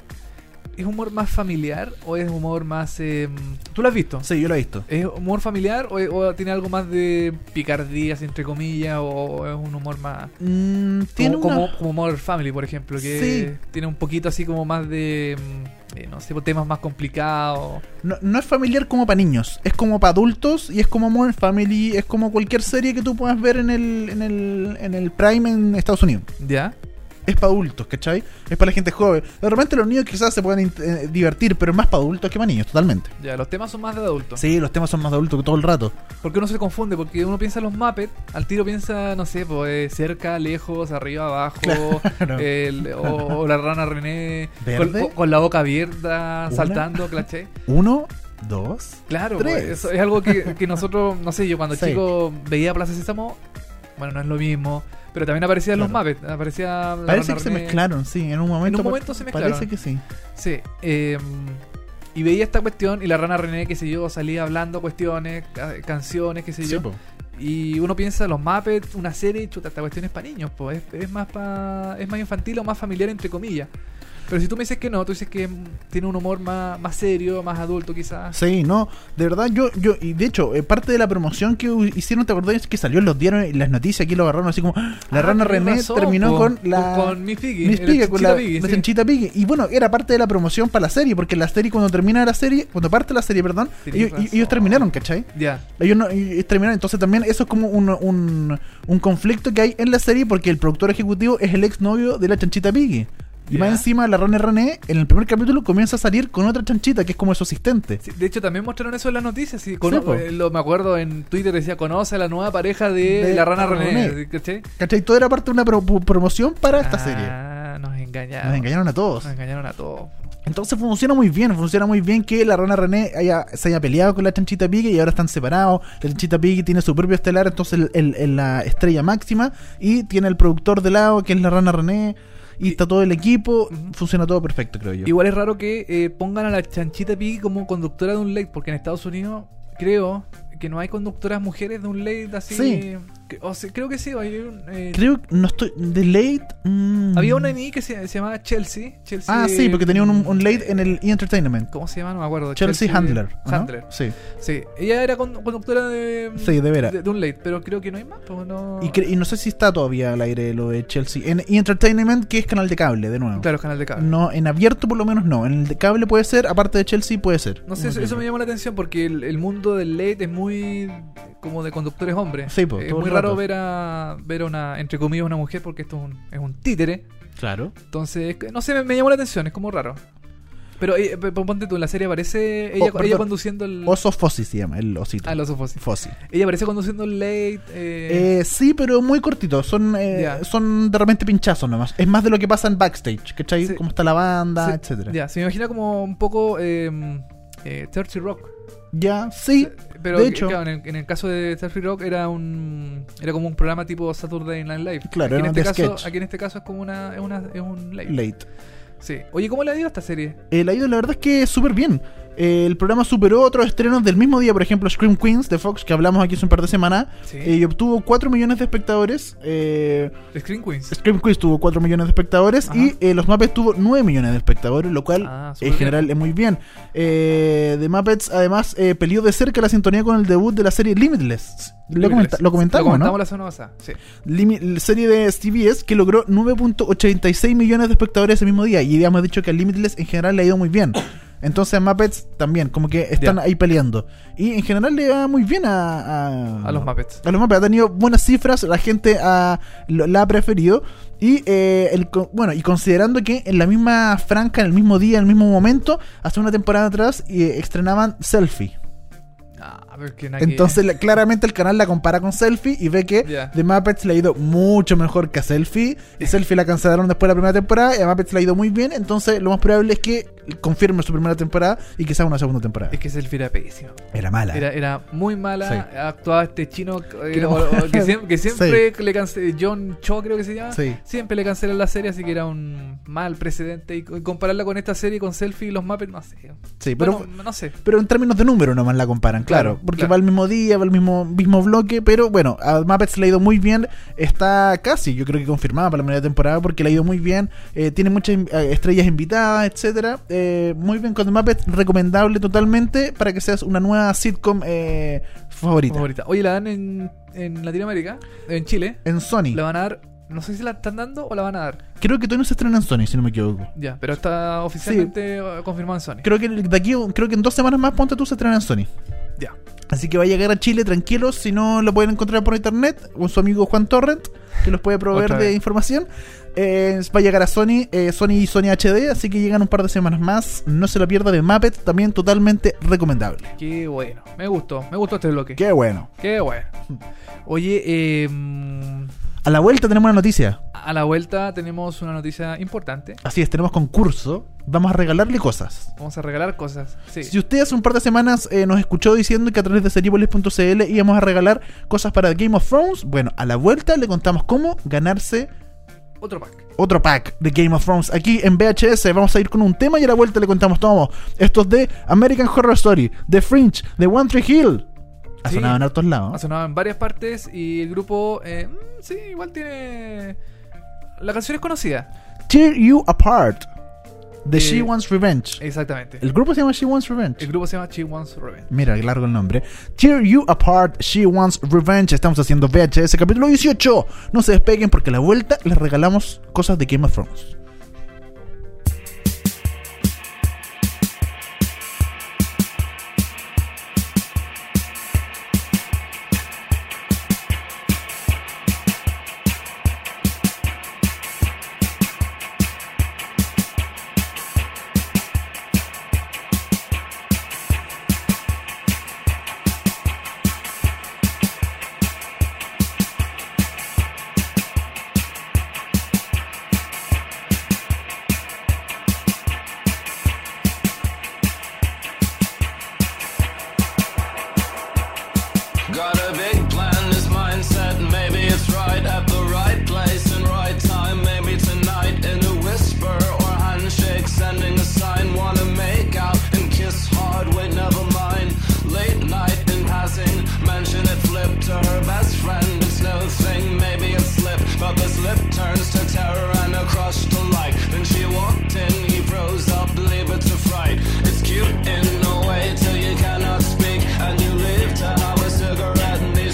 más familiar o es humor más... ¿Tú lo has visto? Sí, yo lo he visto. ¿Es humor familiar o tiene algo más de picardías, entre comillas, o es un humor más... Tiene como humor family, por ejemplo, que Sí. tiene un poquito así como más de... no sé, temas más complicados. No es familiar como para niños, es como para adultos y es como Modern Family, es como cualquier serie que tú puedas ver en el Prime en Estados Unidos. ¿Ya? Es para adultos, ¿cachai? Es para la gente joven. De repente los niños quizás se pueden divertir, pero es más para adultos que para niños, totalmente. Ya, los temas son más de adultos. Sí, los temas son más de adultos que todo el rato. Porque uno se confunde, porque uno piensa en los Muppets, al tiro piensa, no sé, pues cerca, lejos, arriba, abajo, Claro. o la rana René ¿Verde? con la boca abierta, Una. saltando, ¿cachai? 1, 2, Claro, 3. pues, eso es algo que nosotros, no sé, yo cuando Sí. chico veía Plaza Sésamo, bueno, no es lo mismo, pero también aparecían los Claro. Muppets, aparecía la Parece rana que se René. mezclaron, sí, en un momento. se mezclaron. Parece que sí. Sí, y veía esta cuestión y la rana René, qué sé yo, salía hablando cuestiones, canciones, qué sé Sí, yo. po. Y uno piensa, los Muppets, una serie, chuta, esta cuestión es para niños, pues es más es más infantil o más familiar, entre comillas. Pero si tú me dices que no, tú dices que tiene un humor más serio, más adulto quizás. Sí, no, de verdad y de hecho, parte de la promoción que hicieron, ¿te acordás? Que salió en los diarios y las noticias, aquí lo agarraron así como, la rana tenés René razón, terminó po, con la... con Miss Piggy, Miss Piggy, con la sí. Chanchita Piggy. Y bueno, era parte de la promoción para la serie, porque la serie cuando parte la serie, perdón, Tenés ellos razón. terminaron, ¿cachai? Ya, Ellos terminaron, entonces también eso es como un conflicto que hay en la serie, porque el productor ejecutivo es el exnovio de la Chanchita Piggy. Y Ya. más encima, la rana René, en el primer capítulo, comienza a salir con otra chanchita, que es como su asistente. sí, de hecho también mostraron eso en las noticias. Sí, po. me acuerdo en Twitter decía, conoce a la nueva pareja de la rana René. ¿Cachai? ¿Cachai? Todo era parte de una promoción para esta serie. Nos engañaron. Nos engañaron a todos. Nos engañaron a todos. Entonces funciona muy bien que la rana René se haya peleado con la chanchita Piggy y ahora están separados. La chanchita Piggy tiene su propio estelar, entonces la estrella máxima, y tiene el productor de lado, que es la rana René, y está todo el equipo, funciona todo perfecto, creo yo. Igual es raro que pongan a la Chanchita Piggy como conductora de un late, porque en Estados Unidos creo que no hay conductoras mujeres de un late así. Sí. Creo que sí. Creo, no estoy, de late... Había una en que se llamaba Chelsea. Sí, porque tenía un late en el E! ¿Cómo se llama? No me acuerdo. Chelsea Handler, ¿o no? Handler. Sí. Sí, ella era conductora de... Sí, de veras. De un late, pero creo que no hay más. Pues no... Y no sé si está todavía al aire lo de Chelsea. En E! Que es canal de cable, de nuevo. Claro, canal de cable. No, en abierto por lo menos no. En el de cable puede ser, aparte de Chelsea puede ser. No sé, eso me llamó la atención porque el mundo del late es muy como de conductores hombres. Sí, po, es todo el muy raro rato. ver una, entre comillas, una mujer, porque esto es un títere. Claro. Entonces, no sé, me llamó la atención, es como raro. Pero ponte tú, en la serie aparece ella perdón. conduciendo el... Oso Fossi se llama, el osito. el oso Fossi. Fossi. Ella aparece conduciendo el late. Sí, pero muy cortito. Son de repente pinchazos nomás. Es más de lo que pasa en backstage, ¿cachai? Sí. Cómo está la banda, Sí, etcétera. Ya, se me imagina como un poco 30 Rock. Ya, sí. Pero de hecho, claro, en el caso de 30 Rock era como un programa tipo Saturday Night Live. Claro, aquí era en de este caso, sketch. aquí en este caso es como es un late. late. Sí. Oye, ¿cómo le ha ido a esta serie? La ida, la verdad es que súper bien. El programa superó otros estrenos del mismo día, por ejemplo, Scream Queens de Fox, que hablamos aquí hace un par de semanas, Sí. y obtuvo 4 millones de espectadores. Screen Queens. Scream Queens tuvo 4 millones de espectadores. Ajá. Y los Muppets tuvo 9 millones de espectadores, lo cual súper en general es muy bien. The Muppets además peleó de cerca la sintonía con el debut de la serie Limitless. Lo comentamos, ¿no? La semana pasada, sí. La serie de CBS que logró 9.86 millones de espectadores ese mismo día. Y habíamos dicho que a Limitless en general le ha ido muy bien. Entonces a Muppets también, como que están ahí peleando. Y en general le va muy bien a los Muppets. A los Muppets ha tenido buenas cifras, la gente la ha preferido. Y y considerando que en la misma franja, en el mismo día, en el mismo momento, hace una temporada atrás estrenaban Selfie. Pero es que nada que- Entonces, claramente el canal la compara con Selfie y ve que Ya. The Muppets le ha ido mucho mejor que a Selfie. Y Selfie la cancelaron después de la primera temporada y a Muppets le ha ido muy bien. Entonces, lo más probable es que confirme su primera temporada y que sea una segunda temporada. Es que Selfie era pésimo. Era mala. Era muy mala. Sí. Actuaba este chino Que no- que siempre le canceló. John Cho, creo que se llama. Sí. Siempre le cancelan la serie, así que era un mal precedente. Y compararla con esta serie, con Selfie y los Muppets, no sé. Sí, pero, Bueno, no sé. pero en términos de número nomás la comparan, claro. Porque claro. va el mismo día, va el mismo bloque. Pero bueno, a Muppets le ha ido muy bien. Está casi, yo creo que confirmada para la primera temporada porque le ha ido muy bien. Tiene muchas estrellas invitadas, etcétera. Muy bien con The Muppets, recomendable totalmente para que seas una nueva sitcom favorita. Oye, la dan en Latinoamérica, en Chile. En Sony. La van a dar. No sé si la están dando o la van a dar. Creo que todavía no se estrena en Sony, si no me equivoco. Ya, pero está oficialmente confirmado en Sony. Creo que en 2 semanas más, ponte tú, se estrena en Sony. Ya. Así que va a llegar a Chile tranquilos. Si no lo pueden encontrar por internet, con su amigo Juan Torrent, que los puede proveer Otra de vez. información. Va a llegar a Sony y Sony HD. Así que llegan un par de semanas más. No se lo pierda, de Muppet, también totalmente recomendable. Qué bueno. Me gustó este bloque. Qué bueno. Qué bueno. Oye, A la vuelta tenemos una noticia. a la vuelta tenemos una noticia importante. Así es, tenemos concurso. Vamos a regalarle cosas. Vamos a regalar cosas. Sí. Si usted hace un par de semanas nos escuchó diciendo que a través de seriepolis.cl íbamos a regalar cosas para Game of Thrones, bueno, a la vuelta le contamos cómo ganarse Otro pack. otro pack de Game of Thrones aquí en VHS. Vamos a ir con un tema y a la vuelta le contamos todo. Esto es de American Horror Story, The Fringe, de One Tree Hill. Ha Sí. sonado en hartos Ha lados. sonado en varias partes y el grupo, sí, igual tiene... La canción es conocida. Tear You Apart, de Eh, She Wants Revenge. Exactamente. El grupo se llama She Wants Revenge. El grupo se llama She Wants Revenge. Mira, qué largo el nombre. Tear You Apart, She Wants Revenge. Estamos haciendo VHS capítulo 18. No se despeguen porque a la vuelta les regalamos cosas de Game of Thrones. Got a big plan, this mindset, maybe it's right at the right place and right time. Maybe tonight in a whisper or handshake, sending a sign. Wanna make out and kiss hard, wait, never mind. Late night in passing, mention it, flip to her best friend. It's no thing, maybe it slipped, but the slip turns to terror and a crush to like. Then she walked in, he froze up, leave it to fright. It's cute in a way till you cannot speak, and you live to have a cigarette and the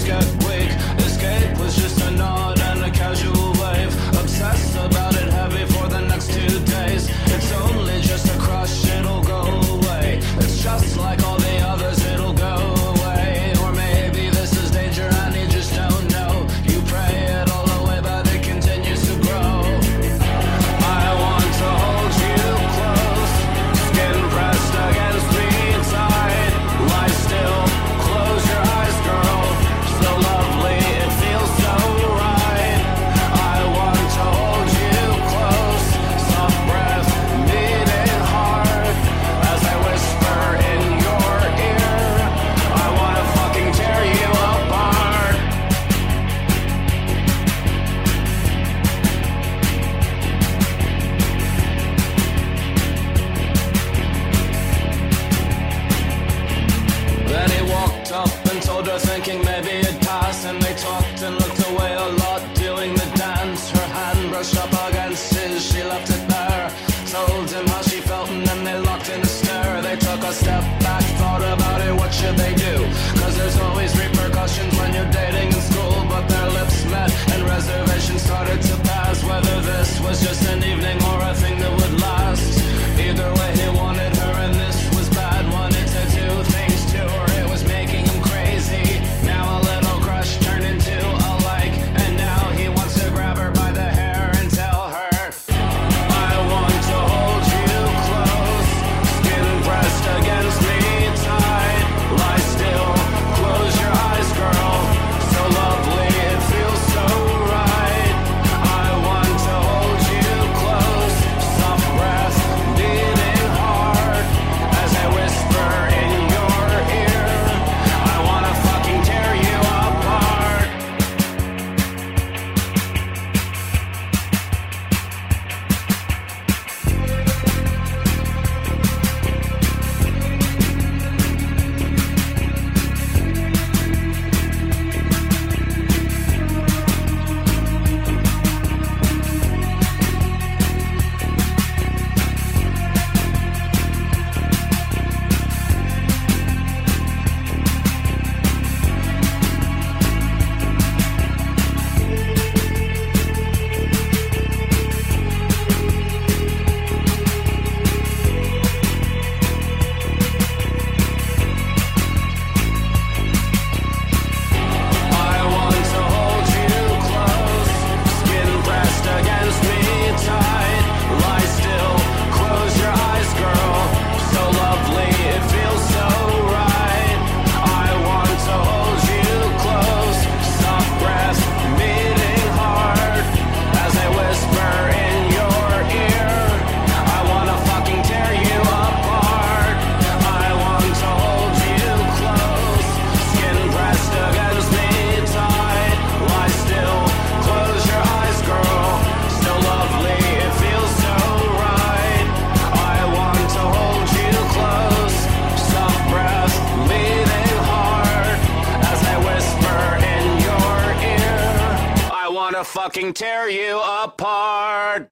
fucking tear you apart.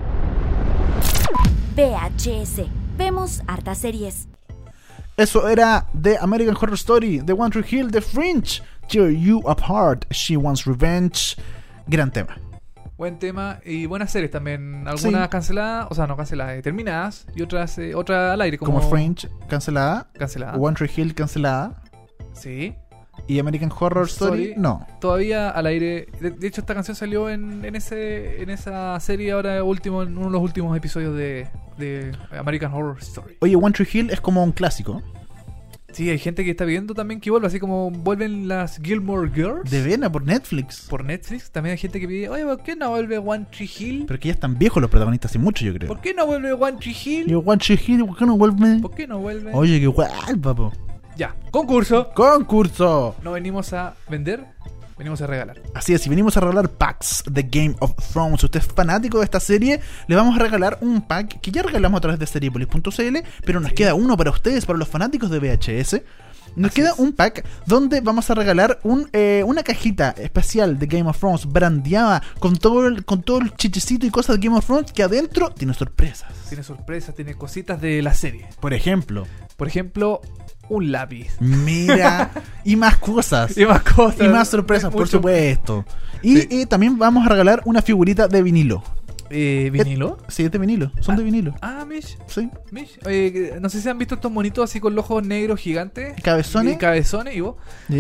VHS. Vemos hartas series. Eso era The American Horror Story, The One Tree Hill, The Fringe, Tear You Apart, She Wants Revenge. Gran tema. Buen tema y buenas series también. Algunas Sí. canceladas, o sea, no canceladas, terminadas y otras otra al aire. Como Fringe, cancelada. Cancelada. One Tree Hill, cancelada. Sí. Y American Horror Story, no. Todavía al aire. De hecho, esta canción salió en esa serie ahora último, en uno de los últimos episodios de American Horror Story. Oye, One Tree Hill es como un clásico. Sí, hay gente que está viendo también que vuelva, así como vuelven las Gilmore Girls De Vena, por Netflix. por Netflix. También hay gente que pide, oye, ¿por qué no vuelve One Tree Hill? Pero que ya están viejos los protagonistas, hace mucho, yo creo. ¿Por qué no vuelve One Tree Hill? Yo, One Tree Hill, ¿por qué no vuelve? ¿Por qué no vuelve? Oye, qué igual, papo. Ya, concurso. ¡Concurso! No venimos a vender, venimos a regalar. Así es, si venimos a regalar packs de Game of Thrones, si usted es fanático de esta serie, le vamos a regalar un pack que ya regalamos a través de seriepolis.cl, pero nos queda uno para ustedes, para los fanáticos de VHS. Nos Así queda es. un pack donde vamos a regalar una cajita especial de Game of Thrones brandeada con todo el chichecito y cosas de Game of Thrones que adentro tiene sorpresas. Tiene sorpresas, tiene cositas de la serie. Por ejemplo, Un lápiz. mira, y más cosas. Y más cosas. Y más sorpresas, por Mucho. supuesto. Y Sí. también vamos a regalar una figurita de vinilo. ¿Vinilo? Sí, es de vinilo, son de vinilo. Mish. Sí. No sé si han visto estos monitos así con los ojos negros gigantes. ¿Cabezones? Y cabezones, y vos.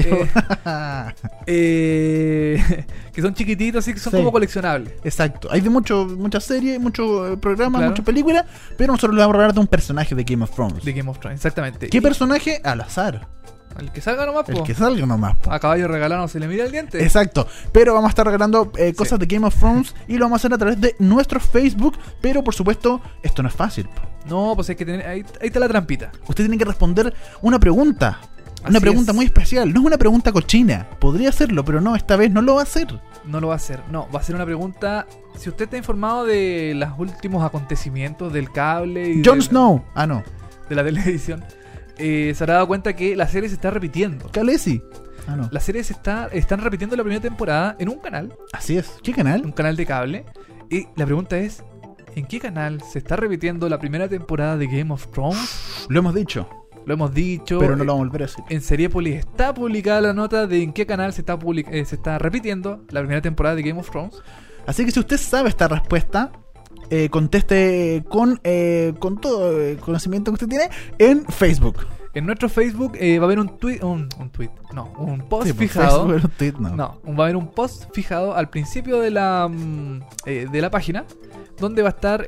Que son chiquititos, así que son Sí. como coleccionables. Exacto. Hay de muchas series, muchos programas, Claro. muchas películas, pero nosotros le vamos a regalar de un personaje de Game of Thrones. De Game of Thrones, exactamente. ¿Qué Y personaje? Al azar. el que salga nomás, El po. que salga nomás. Po. A caballo regalado se le mira el diente. Exacto, pero vamos a estar regalando cosas de Game of Thrones y lo vamos a hacer a través de nuestro Facebook, pero por supuesto, esto no es fácil. Po. No, pues hay que tener. Ahí está la trampita. Usted tiene que responder una pregunta. Una Así pregunta es. muy especial. No es una pregunta cochina. Podría hacerlo, pero no, esta vez no lo va a hacer. No lo va a hacer. No, va a ser una pregunta. Si usted está informado de los últimos acontecimientos del cable y Jon de, Snow. Ah, no. de la televisión, se habrá dado cuenta que la serie se está repitiendo. Khaleesi. Ah, no. La serie están repitiendo la primera temporada en un canal Así es. ¿Qué canal? de cable. Y la pregunta es: ¿en qué canal se está repitiendo la primera temporada de Game of Thrones? Lo hemos dicho, Lo hemos dicho. pero no lo vamos a volver a decir. En Seriepolis está publicada la nota de en qué canal se está repitiendo la primera temporada de Game of Thrones. Así que si usted sabe esta respuesta, conteste con todo el conocimiento que usted tiene en Facebook. En nuestro Facebook va a haber un tweet, un post Sí, por fijado. Facebook, tweet, no. Va a haber un post fijado al principio de la página, donde va a estar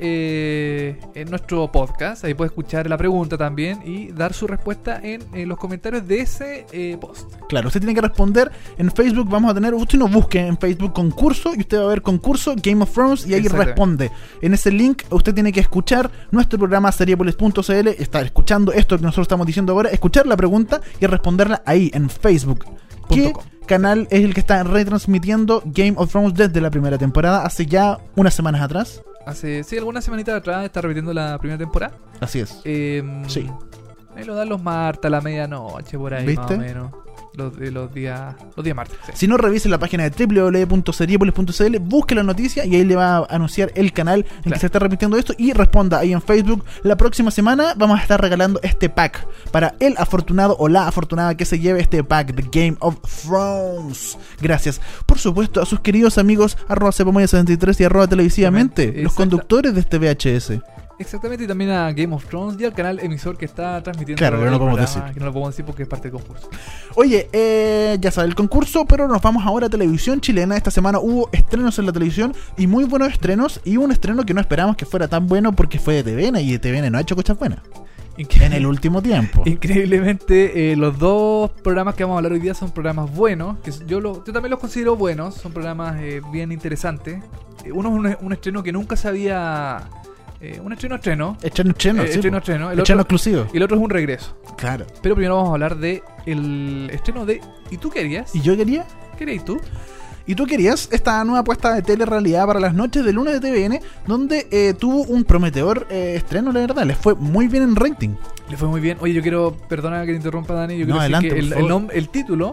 en nuestro podcast. Ahí puede escuchar la pregunta también y dar su respuesta en los comentarios de ese post. Claro, usted tiene que responder en Facebook. Vamos a tener, usted nos busque en Facebook concurso y usted va a ver concurso Game of Thrones y ahí Exactamente. responde. En ese link usted tiene que escuchar nuestro programa seriepolis.cl, estar escuchando esto que nosotros estamos diciendo ahora, escuchar la pregunta y responderla ahí en Facebook. ¿Qué .com. canal es el que está retransmitiendo Game of Thrones desde la primera temporada hace ya unas semanas atrás? Hace algunas semanitas atrás está repitiendo la primera temporada. Así es. Sí. Ahí lo dan los martes a la medianoche, por ahí ¿Viste? más o menos. Los días martes. Sí. Si no, revise la página de www.seriepolis.cl, busque la noticia y ahí le va a anunciar el canal en que Claro. se está repitiendo esto y responda ahí en Facebook. La próxima semana vamos a estar regalando este pack para el afortunado o la afortunada que se lleve este pack de Game of Thrones. Gracias, por supuesto, a sus queridos amigos @cepamoya73 y @televisivamente, los Exacto. conductores de este VHS. Exactamente, y también a Game of Thrones y al canal emisor que está transmitiendo. Claro, que no el lo podemos programa, decir. Que no lo podemos decir porque es parte del concurso. Oye, ya sabe el concurso, pero nos vamos ahora a televisión chilena. Esta semana hubo estrenos en la televisión y muy buenos estrenos. Y un estreno que no esperamos que fuera tan bueno porque fue de TVN y de TVN no ha hecho cosas buenas en el último tiempo. Increíblemente, los dos programas que vamos a hablar hoy día son programas buenos, que yo también los considero buenos, son programas bien interesantes. Uno es un estreno que nunca se había... un estreno. Estreno, sí, estreno. El El estreno otro, exclusivo. y el otro es un regreso. Claro. Pero primero vamos a hablar de el estreno de ¿Y tú querías? ¿Y yo quería? ¿Qué querías tú? ¿Y tú querías? Esta nueva apuesta de telerrealidad para las noches de lunes de TVN, donde tuvo un prometedor estreno, la verdad. Les fue muy bien en rating. Le fue muy bien. Oye, yo quiero, perdona que te interrumpa, Dani, yo No, quiero adelante, decir por que favor. el título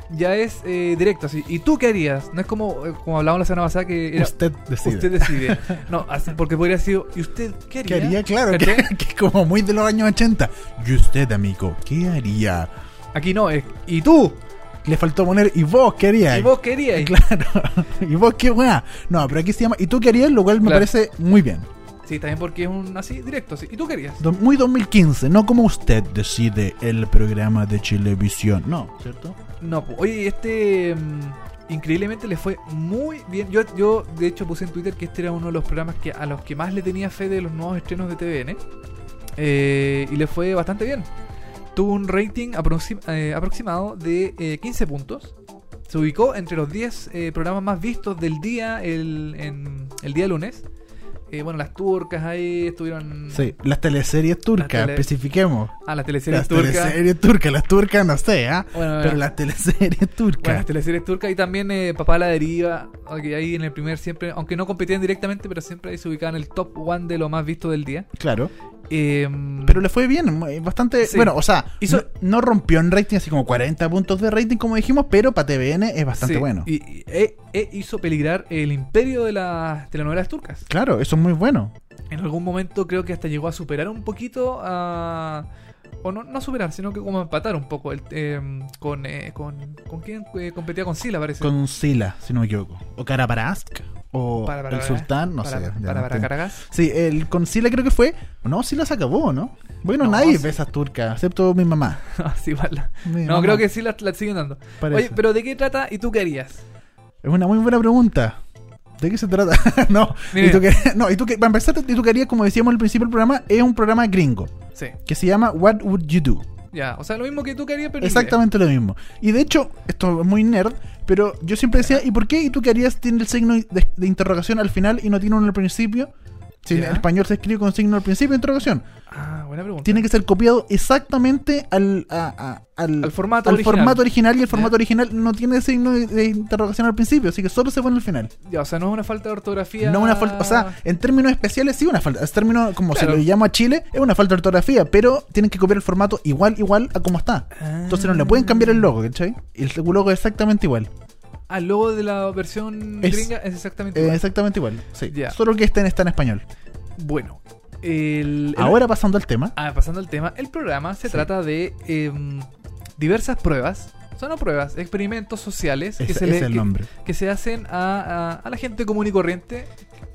ya es directo, así. ¿Y tú qué harías? No es como hablábamos la semana pasada que era Usted decide. usted decide. No, así, porque podría haber sido ¿y usted qué haría? ¿Qué haría? Claro, que ¿Cachai? es como muy de los años 80. ¿Y usted, amigo, qué haría? Aquí no, es ¿y tú? Le faltó poner ¿y vos qué harías? ¿Y vos qué harías? Claro. ¿Y vos qué weá? No, pero aquí se llama ¿y tú qué harías? Lo cual me Claro. parece muy bien. Sí, también porque es un así directo, así. ¿Y tú qué harías? Muy 2015, no como usted decide el programa de Chilevisión. No, ¿cierto? No, oye, increíblemente le fue muy bien. Yo de hecho puse en Twitter que este era uno de los programas a los que más le tenía fe de los nuevos estrenos de TVN. Y le fue bastante bien. Tuvo un rating aproximado de 15 puntos. Se ubicó entre los 10 programas más vistos del día el día lunes. Bueno, las turcas ahí estuvieron... Sí, las teleseries turcas, especifiquemos. las teleseries Las turcas. teleseries turcas, las turcas no sé, ¿ah? Bueno, pero las teleseries Bueno, turcas. las teleseries turcas y también Papá a la Deriva, que ahí en el primer siempre, aunque no competían directamente, pero siempre ahí se ubicaban en el top 1 de lo más visto del día. Claro. Pero Pero le fue bien, bastante... Sí. Bueno, o sea, Hizo- no rompió en rating así como 40 puntos de rating, como dijimos, pero para TVN es bastante bueno. Y hizo peligrar el imperio de las telenovelas turcas. Claro, eso es muy bueno. En algún momento creo que hasta llegó a superar un poquito a... O no superar, sino que como empatar un poco con quién competía con Sila, parece. Con Sila, si no me equivoco. O Karaparask, o el Sultán, no sé. ya no entiendo. Caracas. Sí, con Sila creo que fue... No, Sila se acabó, ¿no? Bueno, No, nadie sí. ve esas turcas, excepto mi mamá. Sí, igual. Mi No, mamá. creo que sí la siguen dando. Parece. Oye, pero ¿de qué trata y tú qué harías? Es una muy buena pregunta. ¿De qué se trata? No. Mire. ¿Y tú qué? Para empezar, ¿y tú querías, como decíamos al principio del programa, es un programa gringo Sí. que se llama What Would You Do? Ya, o sea, lo mismo que tú querías, pero en Exactamente lo mismo. Y de hecho, esto es muy nerd, pero yo siempre decía, ¿y por qué? ¿Y tú qué harías? Tiene el signo de interrogación al final y no tiene uno al principio. Si en Ya. español se escribe con signo al principio de interrogación. inglés. Ah, buena pregunta. Tiene que ser copiado exactamente al formato al original. formato original, y el formato Ya. original no tiene signo de interrogación al principio, así que solo se pone al final. Ya, o sea, no es una falta de ortografía. No una falta, o sea, en términos especiales sí una falta. En términos como Claro. se lo llama a Chile, es una falta de ortografía, pero tienen que copiar el formato igual a como está. Entonces no le pueden cambiar el logo, ¿cachai? Y el logo es exactamente igual. El logo de la versión Es- gringa es exactamente igual. Exactamente igual, sí. Ya. Solo que está en español. Bueno, Ahora pasando al tema. pasando al tema, el programa se Sí. trata de diversas pruebas. Son no pruebas, experimentos sociales Ese es el nombre. que se hacen a la gente común y corriente.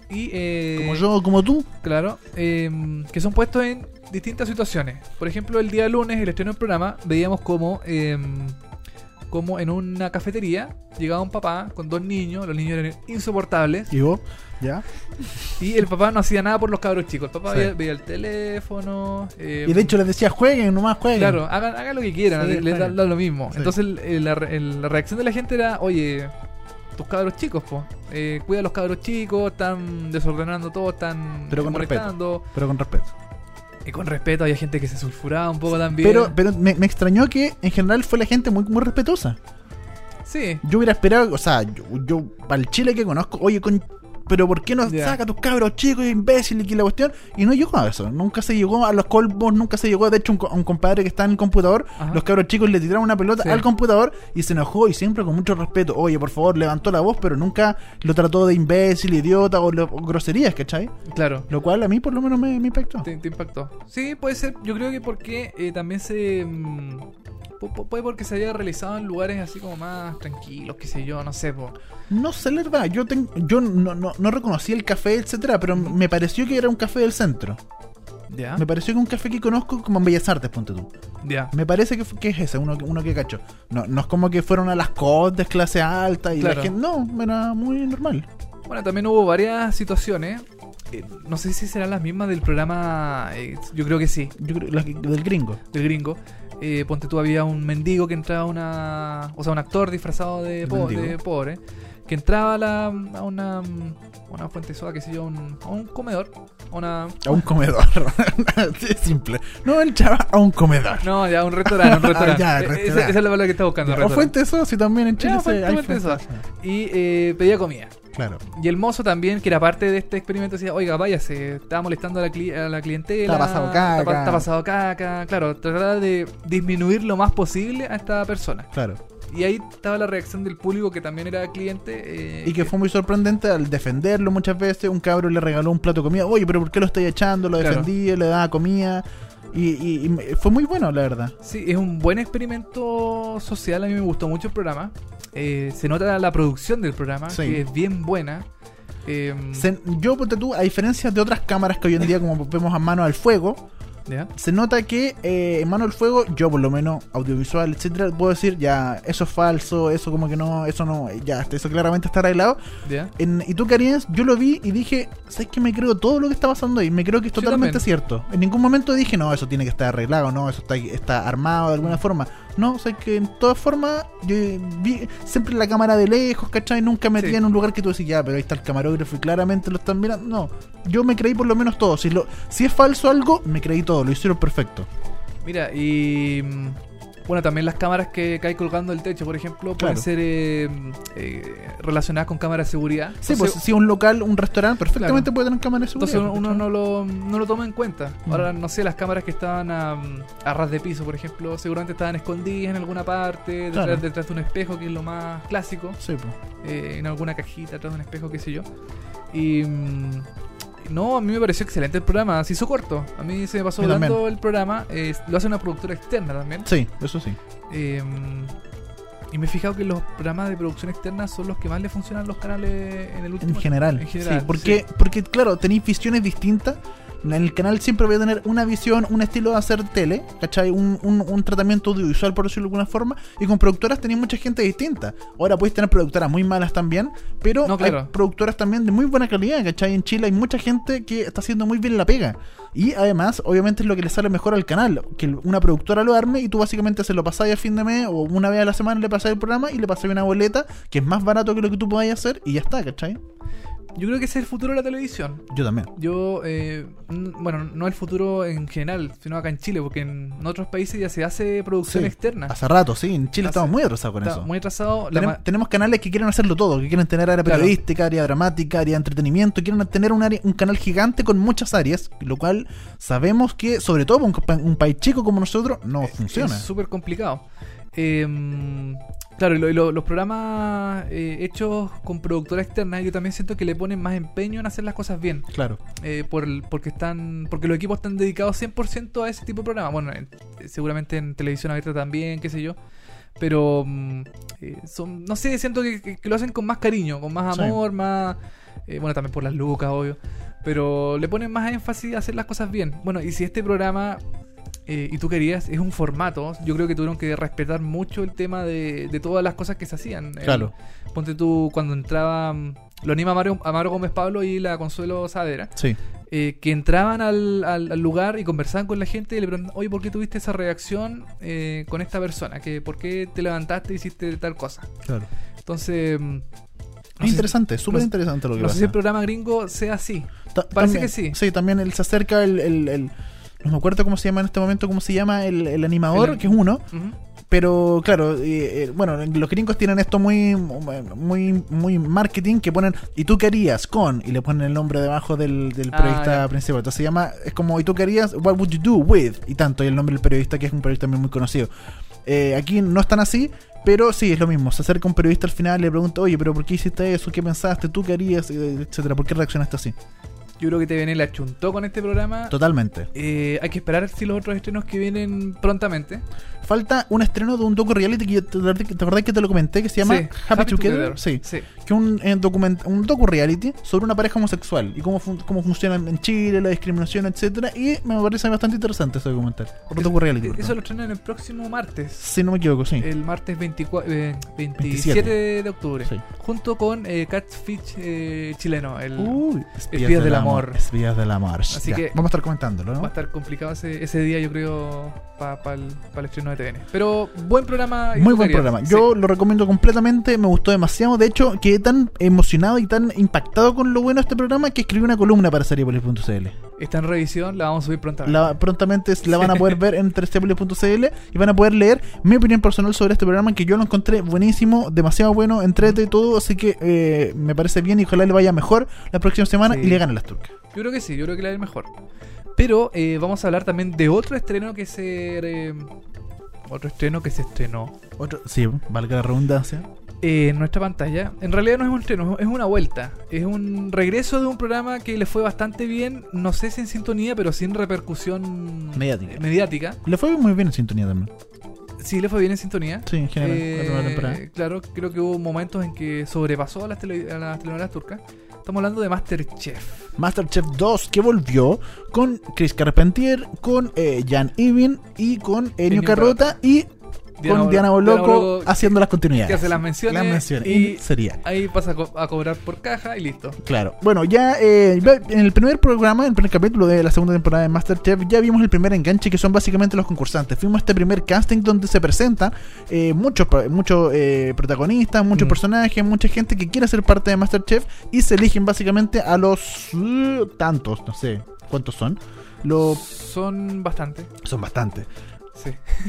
Y, Como yo, como tú. Claro, que son puestos en distintas situaciones. Por ejemplo, el día lunes, el estreno del programa, veíamos como en una cafetería llegaba un papá con dos niños, los niños eran insoportables, Y vos, ¿ya? y el papá no hacía nada por los cabros chicos. El papá Sí. veía el teléfono. Y de hecho les decía, jueguen, nomás jueguen. claro, hagan lo que quieran, Sí, les da jueguen. lo mismo. Sí. Entonces la reacción de la gente era, oye, tus cabros chicos, cuida a los cabros chicos, están desordenando todo, están Pero con molestando. Pero con respeto. Y con respeto, había gente que se sulfuraba un poco también. Pero me extrañó que en general fue la gente muy, muy respetuosa. Sí, Yo hubiera esperado, o sea, yo para el Chile que conozco, oye, pero ¿por qué no Ya. saca a tus cabros chicos, imbécil, y que la cuestión? Y no llegó a eso, nunca se llegó a los colmos, nunca se llegó, de hecho, a un compadre que está en el computador, Ajá. los cabros chicos le tiraron una pelota Sí. al computador y se enojó, y siempre con mucho respeto, oye, por favor, levantó la voz, pero nunca lo trató de imbécil, idiota o groserías, ¿cachai? claro. Lo cual a mí por lo menos me impactó. Te impactó. Sí, puede ser. Yo creo que porque también se... puede porque se haya realizado en lugares así como más tranquilos, qué sé yo, no sé, po. No sé la verdad, yo no reconocí el café, etcétera, pero me pareció que era un café del centro. Ya, Me pareció que un café que conozco como en Bellas Artes, ponte tú. ya. Me parece que es ese, uno que cacho. No es como que fueron a las Condes, clase alta y Claro. la gente. No, era muy normal. Bueno, también hubo varias situaciones. No sé si serán las mismas del programa. Yo creo que sí, Yo creo del gringo. del gringo. Ponte tú, había un mendigo que entraba o sea, un actor disfrazado de Mendigo. pobre, que entraba a una fuente soda, qué sé yo, a un comedor, A un comedor. Sí, es simple. No, el chava a un comedor. No, ya, un restaurante, un restaurante. Ya, Esa restaurante. es la palabra que estaba buscando. O restaurante. fuente eso, si también en Chile Ya, hay fuente fuentes. soda. Y pedía comida. Claro. Y el mozo también, que era parte de este experimento, decía, oiga, váyase, estaba molestando a la clientela. Está pasado caca. Está pasado caca. Claro, trataba de disminuir lo más posible a esta persona. Claro. Y ahí estaba la reacción del público que también era cliente. Y que fue muy sorprendente al defenderlo muchas veces. Un cabro le regaló un plato de comida. Oye, pero ¿por qué lo estoy echando? Lo Claro. defendía, le daba comida. Y fue muy bueno, la verdad. Sí, es un buen experimento social. A mí me gustó mucho el programa. Se nota la producción del programa, Sí. que es bien buena. Yo, ponte tú, a diferencia de otras cámaras que hoy en día, como vemos a Mano al Fuego, ¿Ya? se nota que en Mano al Fuego, yo por lo menos, audiovisual, etcétera, puedo decir, ya, eso es falso, eso como que no, eso no, ya, eso claramente está arreglado. ¿Ya? ¿Y tú qué harías? Yo lo vi y dije, ¿sabes qué? Me creo todo lo que está pasando ahí, me creo que es Yo totalmente también. cierto. En ningún momento dije, no, eso tiene que estar arreglado, no, eso está armado de alguna forma. No, o sea que en todas formas, yo vi siempre la cámara de lejos, ¿cachai? Nunca metía Sí. en un lugar que tú decís, ya, pero ahí está el camarógrafo y claramente lo están mirando. No, yo me creí por lo menos todo. Si es falso algo, me creí todo, lo hicieron perfecto. Mira, y bueno, también las cámaras que hay colgando del techo, por ejemplo, pueden Claro. ser relacionadas con cámaras de seguridad. Sí, Entonces, pues si un local, un restaurante, perfectamente Claro. puede tener cámara de seguridad. entonces uno ¿cachai? no lo toma en cuenta. Mm. Ahora, no sé, las cámaras que estaban a ras de piso, por ejemplo, seguramente estaban escondidas en alguna parte, Claro. detrás de un espejo, que es lo más clásico. Sí, pues. En alguna cajita, atrás de un espejo, qué sé yo. Y no, a mí me pareció excelente el programa. Se hizo corto. A mí se me pasó A mí volando también. el programa. Lo hace una productora externa también. Sí, eso sí. Y me he fijado que los programas de producción externa son los que más le funcionan a los canales en el último En general, En general, sí, porque claro, tenéis visiones distintas. En el canal siempre voy a tener una visión, un estilo de hacer tele, ¿cachai? Un tratamiento audiovisual, por decirlo de alguna forma. Y con productoras tenéis mucha gente distinta. Ahora podéis tener productoras muy malas también, pero No, claro. hay productoras también de muy buena calidad, ¿cachai? En Chile hay mucha gente que está haciendo muy bien la pega. Y además, obviamente es lo que le sale mejor al canal, que una productora lo arme y tú básicamente se lo pasáis a fin de mes o una vez a la semana le pasáis el programa y le pasáis una boleta que es más barato que lo que tú podáis hacer y ya está, ¿cachai? Yo creo que ese es el futuro de la televisión. Yo también. Yo, bueno, no el futuro en general, sino acá en Chile, porque en otros países ya se hace producción Sí, externa. Hace rato, sí, en Chile Hace- estamos muy atrasados con Está eso. muy atrasado. Tenemos canales que quieren hacerlo todo, que quieren tener área Claro. periodística, área dramática, área de entretenimiento, quieren tener un canal gigante con muchas áreas, lo cual sabemos que, sobre todo para un país chico como nosotros, no funciona. Es súper complicado. Claro, y los programas hechos con productora externa, yo también siento que le ponen más empeño en hacer las cosas bien. Claro. Porque los equipos están dedicados 100% a ese tipo de programas. Bueno, seguramente en televisión abierta también, qué sé yo. Pero no sé, siento que lo hacen con más cariño, con más Sí. amor, más... bueno, también por las lucas, obvio. Pero le ponen más énfasis a hacer las cosas bien. Bueno, y si este programa... y tú querías, es un formato. Yo creo que tuvieron que respetar mucho el tema de todas las cosas que se hacían. Claro. Ponte tú cuando entraba, lo anima Amaro Gómez Pablo y la Consuelo Saavedra, Sí. que entraban al lugar y conversaban con la gente y le preguntaban, oye, ¿por qué tuviste esa reacción con esta persona? ¿Por qué te levantaste y hiciste tal cosa? Claro. Entonces, Es interesante, súper no- interesante lo que no sé pasa. si el programa gringo sea así. Parece También, que sí. Sí, también él se acerca no me acuerdo cómo se llama en este momento, cómo se llama el animador, que es uno. Ujú. Pero claro, bueno, los gringos tienen esto muy marketing, que ponen ¿y tú qué harías con? Y le ponen el nombre debajo del periodista ya. principal. Entonces se llama, es como ¿y tú qué harías? What would you do with? Y tanto, y el nombre del periodista, que es un periodista también muy conocido. Aquí no es tan así, pero sí, es lo mismo. Se acerca un periodista al final y le pregunta, oye, pero ¿por qué hiciste eso? ¿Qué pensaste? ¿Tú qué harías? Etcétera. ¿Por qué reaccionaste así? Yo creo que TVN le achuntó con este programa. Totalmente. Hay que esperar si los otros estrenos que vienen prontamente. Falta un estreno de un docu reality que te acordás que te lo comenté, que se llama Sí, Happy Together. Sí. Sí. Que un docu reality sobre una pareja homosexual y cómo funciona en Chile, la discriminación, etcétera. Y me parece bastante interesante ese documental. Un docu reality. Eso perdón. lo estrenan el próximo martes. Si no me equivoco, sí. El martes 27 27 de octubre. Sí. Junto con Catfish chileno. Uy, Espías del amor. Espías del amor. Así Ya, que- vamos a estar comentándolo, Va a ¿no? estar complicado ese día, yo creo, para el estreno de TVN. Pero buen programa. y Muy tú buen querías. programa. Sí. Yo lo recomiendo completamente, me gustó demasiado. De hecho, quedé tan emocionado y tan impactado con lo bueno de este programa que escribí una columna para seriepolis.cl. Está en revisión, la vamos a subir pronto. Prontamente la van a poder ver en seriepolis.cl y van a poder leer mi opinión personal sobre este programa, que yo lo encontré buenísimo, demasiado bueno, entrete y todo. Así que me parece bien y ojalá le vaya mejor la próxima semana Sí. y le ganen las turcas. Yo creo que sí, yo creo que la es mejor. Pero vamos a hablar también de otro estreno que se... otro estreno que se estrenó Sí, valga la redundancia. en nuestra pantalla. En realidad no es un estreno, es una vuelta. Es un regreso de un programa que le fue bastante bien, no sé si en sintonía, pero sin repercusión mediática. Le fue muy bien en sintonía también. Sí, le fue bien en sintonía. Sí, en general, la primera temporada. Claro, creo que hubo momentos en que sobrepasó a las telenovelas turcas. Estamos hablando de MasterChef. MasterChef 2, que volvió con Chris Carpentier, con Jan Evin y con Ennio Carrota y con Diana Boloco haciendo las continuidades. Que hace las menciones. Y sería. Ahí pasa a cobrar por caja y listo. Claro. Bueno, ya en el primer programa, en el primer capítulo de la segunda temporada de MasterChef, ya vimos el primer enganche, que son básicamente los concursantes. Fuimos a este primer casting donde se presentan muchos protagonistas, muchos personajes, mucha gente que quiere ser parte de MasterChef y se eligen básicamente a los tantos, no sé cuántos son. Son bastantes. Son bastantes. Sí.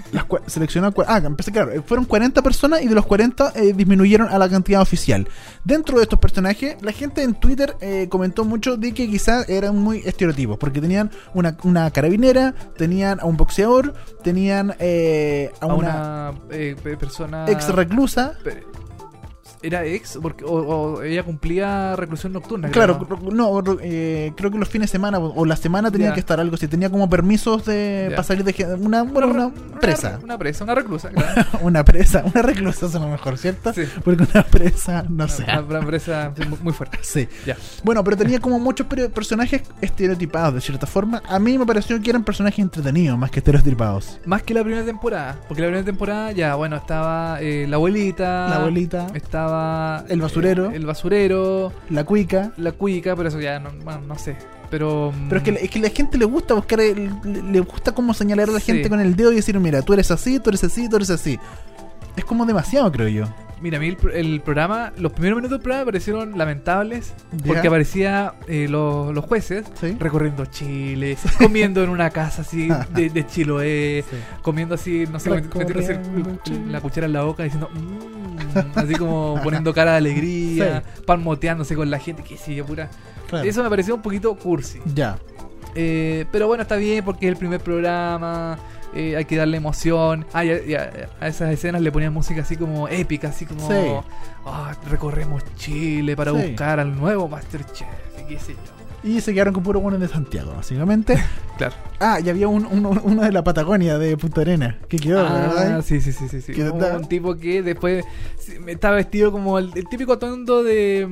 Empecé, claro, fueron 40 personas y de los 40 disminuyeron a la cantidad oficial. Dentro de estos personajes, la gente en Twitter comentó mucho de que quizás eran muy estereotipos, porque tenían una carabinera, tenían a un boxeador, tenían a una persona ex reclusa. ¿Era ex? O ella cumplía reclusión nocturna. Claro, creo que los fines de semana o la semana tenía que estar algo así. Tenía como permisos para salir de una presa. Una presa, una reclusa, claro. una reclusa es lo mejor, ¿cierto? Sí. Porque una presa, no sé. Una presa muy fuerte. Sí. Ya. Bueno, pero tenía como muchos personajes estereotipados de cierta forma. A mí me pareció que eran personajes entretenidos más que estereotipados. Más que la primera temporada. Porque la primera temporada ya, bueno, estaba la abuelita. Estaba el basurero, la cuica, pero eso ya no sé. Pero es que la gente le gusta buscar, le gusta como señalar a la gente con el dedo y decir, mira, tú eres así, tú eres así, tú eres así. Es como demasiado, creo yo. Mira, a mí el programa, los primeros minutos del programa me parecieron lamentables, porque aparecía los jueces recorriendo Chile, comiendo en una casa así de Chiloé, comiendo así, no sé, metiéndose la cuchara en la boca diciendo así como poniendo cara de alegría, palmoteándose con la gente, que sí, pura. Claro. Eso me pareció un poquito cursi. Ya. Pero bueno, está bien porque es el primer programa. Hay que darle emoción. A esas escenas le ponían música así como épica, así como recorremos Chile para buscar al nuevo MasterChef y qué sé yo. Y se quedaron con puro bueno de Santiago, básicamente. Claro. Y había uno de la Patagonia, de Punta Arenas, que quedó, ¿verdad? Sí. Un tipo que después estaba vestido como el típico atondo de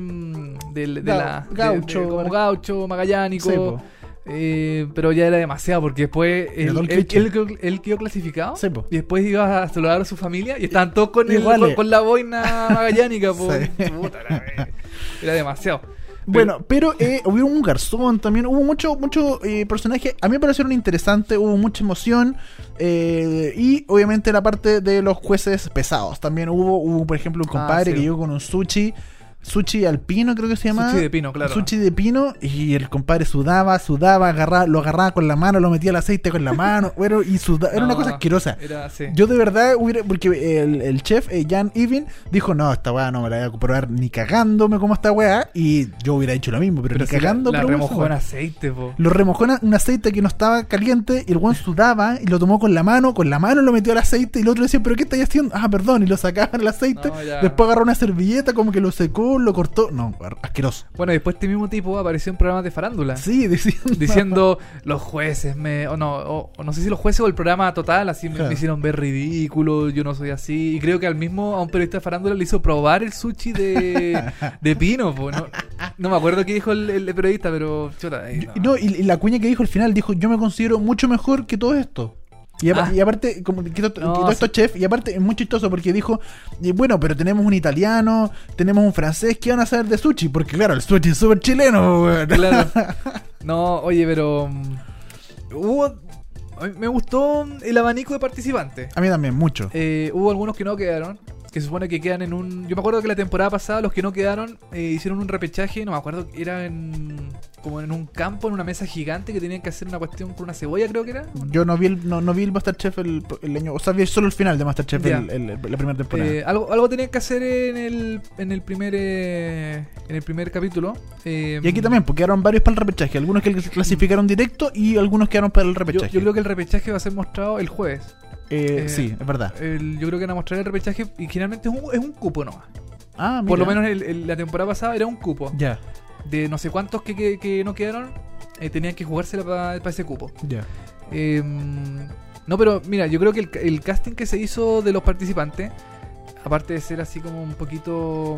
gaucho, como gaucho, magallánico. Sí, pero ya era demasiado porque después él quedó clasificado y después iba a saludar a su familia y estaban todos con la boina magallánica. Puta, era demasiado. Bueno, pero hubo un garzón también, hubo mucho personaje. A mí me parecieron interesantes, hubo mucha emoción. Y obviamente la parte de los jueces pesados. También hubo por ejemplo, un compadre que llegó con un sushi alpino, creo que se llama. Sushi de pino, claro. Sushi de pino, y el compadre sudaba, lo agarraba con la mano, lo metía al aceite con la mano, bueno, y sudaba. Era una cosa asquerosa. Yo de verdad porque el chef, Jan Evin, dijo, no, esta weá no me la voy a probar ni cagándome como esta weá, y yo hubiera hecho lo mismo, pero ni cagando. La remojó en aceite, po. Lo remojó en un aceite que no estaba caliente, y el weón sudaba, y lo tomó con la mano lo metió al aceite, y el otro decía, ¿pero qué estáis haciendo? Perdón, y lo sacaban el aceite, después agarró una servilleta, como que lo secó, lo cortó, asqueroso. Bueno, después este mismo tipo apareció en programas de farándula. Sí, diciendo los jueces no sé si los jueces o el programa total así me hicieron ver ridículo, yo no soy así. Y creo que a un periodista de farándula le hizo probar el sushi de pino, po. No me acuerdo qué dijo el periodista, pero chota. Y la cuña que dijo al final, dijo, yo me considero mucho mejor que todo esto. Y aparte, como quitó estos chefs, y aparte es muy chistoso porque dijo, bueno, pero tenemos un italiano, tenemos un francés, ¿qué van a saber de sushi? Porque claro, el sushi es súper chileno, güey. Claro. No, oye, pero me gustó el abanico de participantes. A mí también, mucho. Hubo algunos que no quedaron, que se supone que quedan en un... Yo me acuerdo que la temporada pasada los que no quedaron hicieron un repechaje, no me acuerdo, era como en un campo, en una mesa gigante que tenían que hacer una cuestión con una cebolla, creo que era. Yo no vi el MasterChef el año, o sea, vi solo el final de MasterChef la primera temporada. Algo tenían que hacer en el primer capítulo. Y aquí también, porque quedaron varios para el repechaje, algunos que clasificaron directo y algunos quedaron para el repechaje. Yo creo que el repechaje va a ser mostrado el jueves. Sí, es verdad. Yo creo que van a mostrar el repechaje y generalmente es un cupo nomás. Ah, mira. Por lo menos la temporada pasada era un cupo. Ya, De no sé cuántos que no quedaron, tenían que jugársela para ese cupo. ya. No, pero mira, yo creo que el casting que se hizo de los participantes, aparte de ser así como un poquito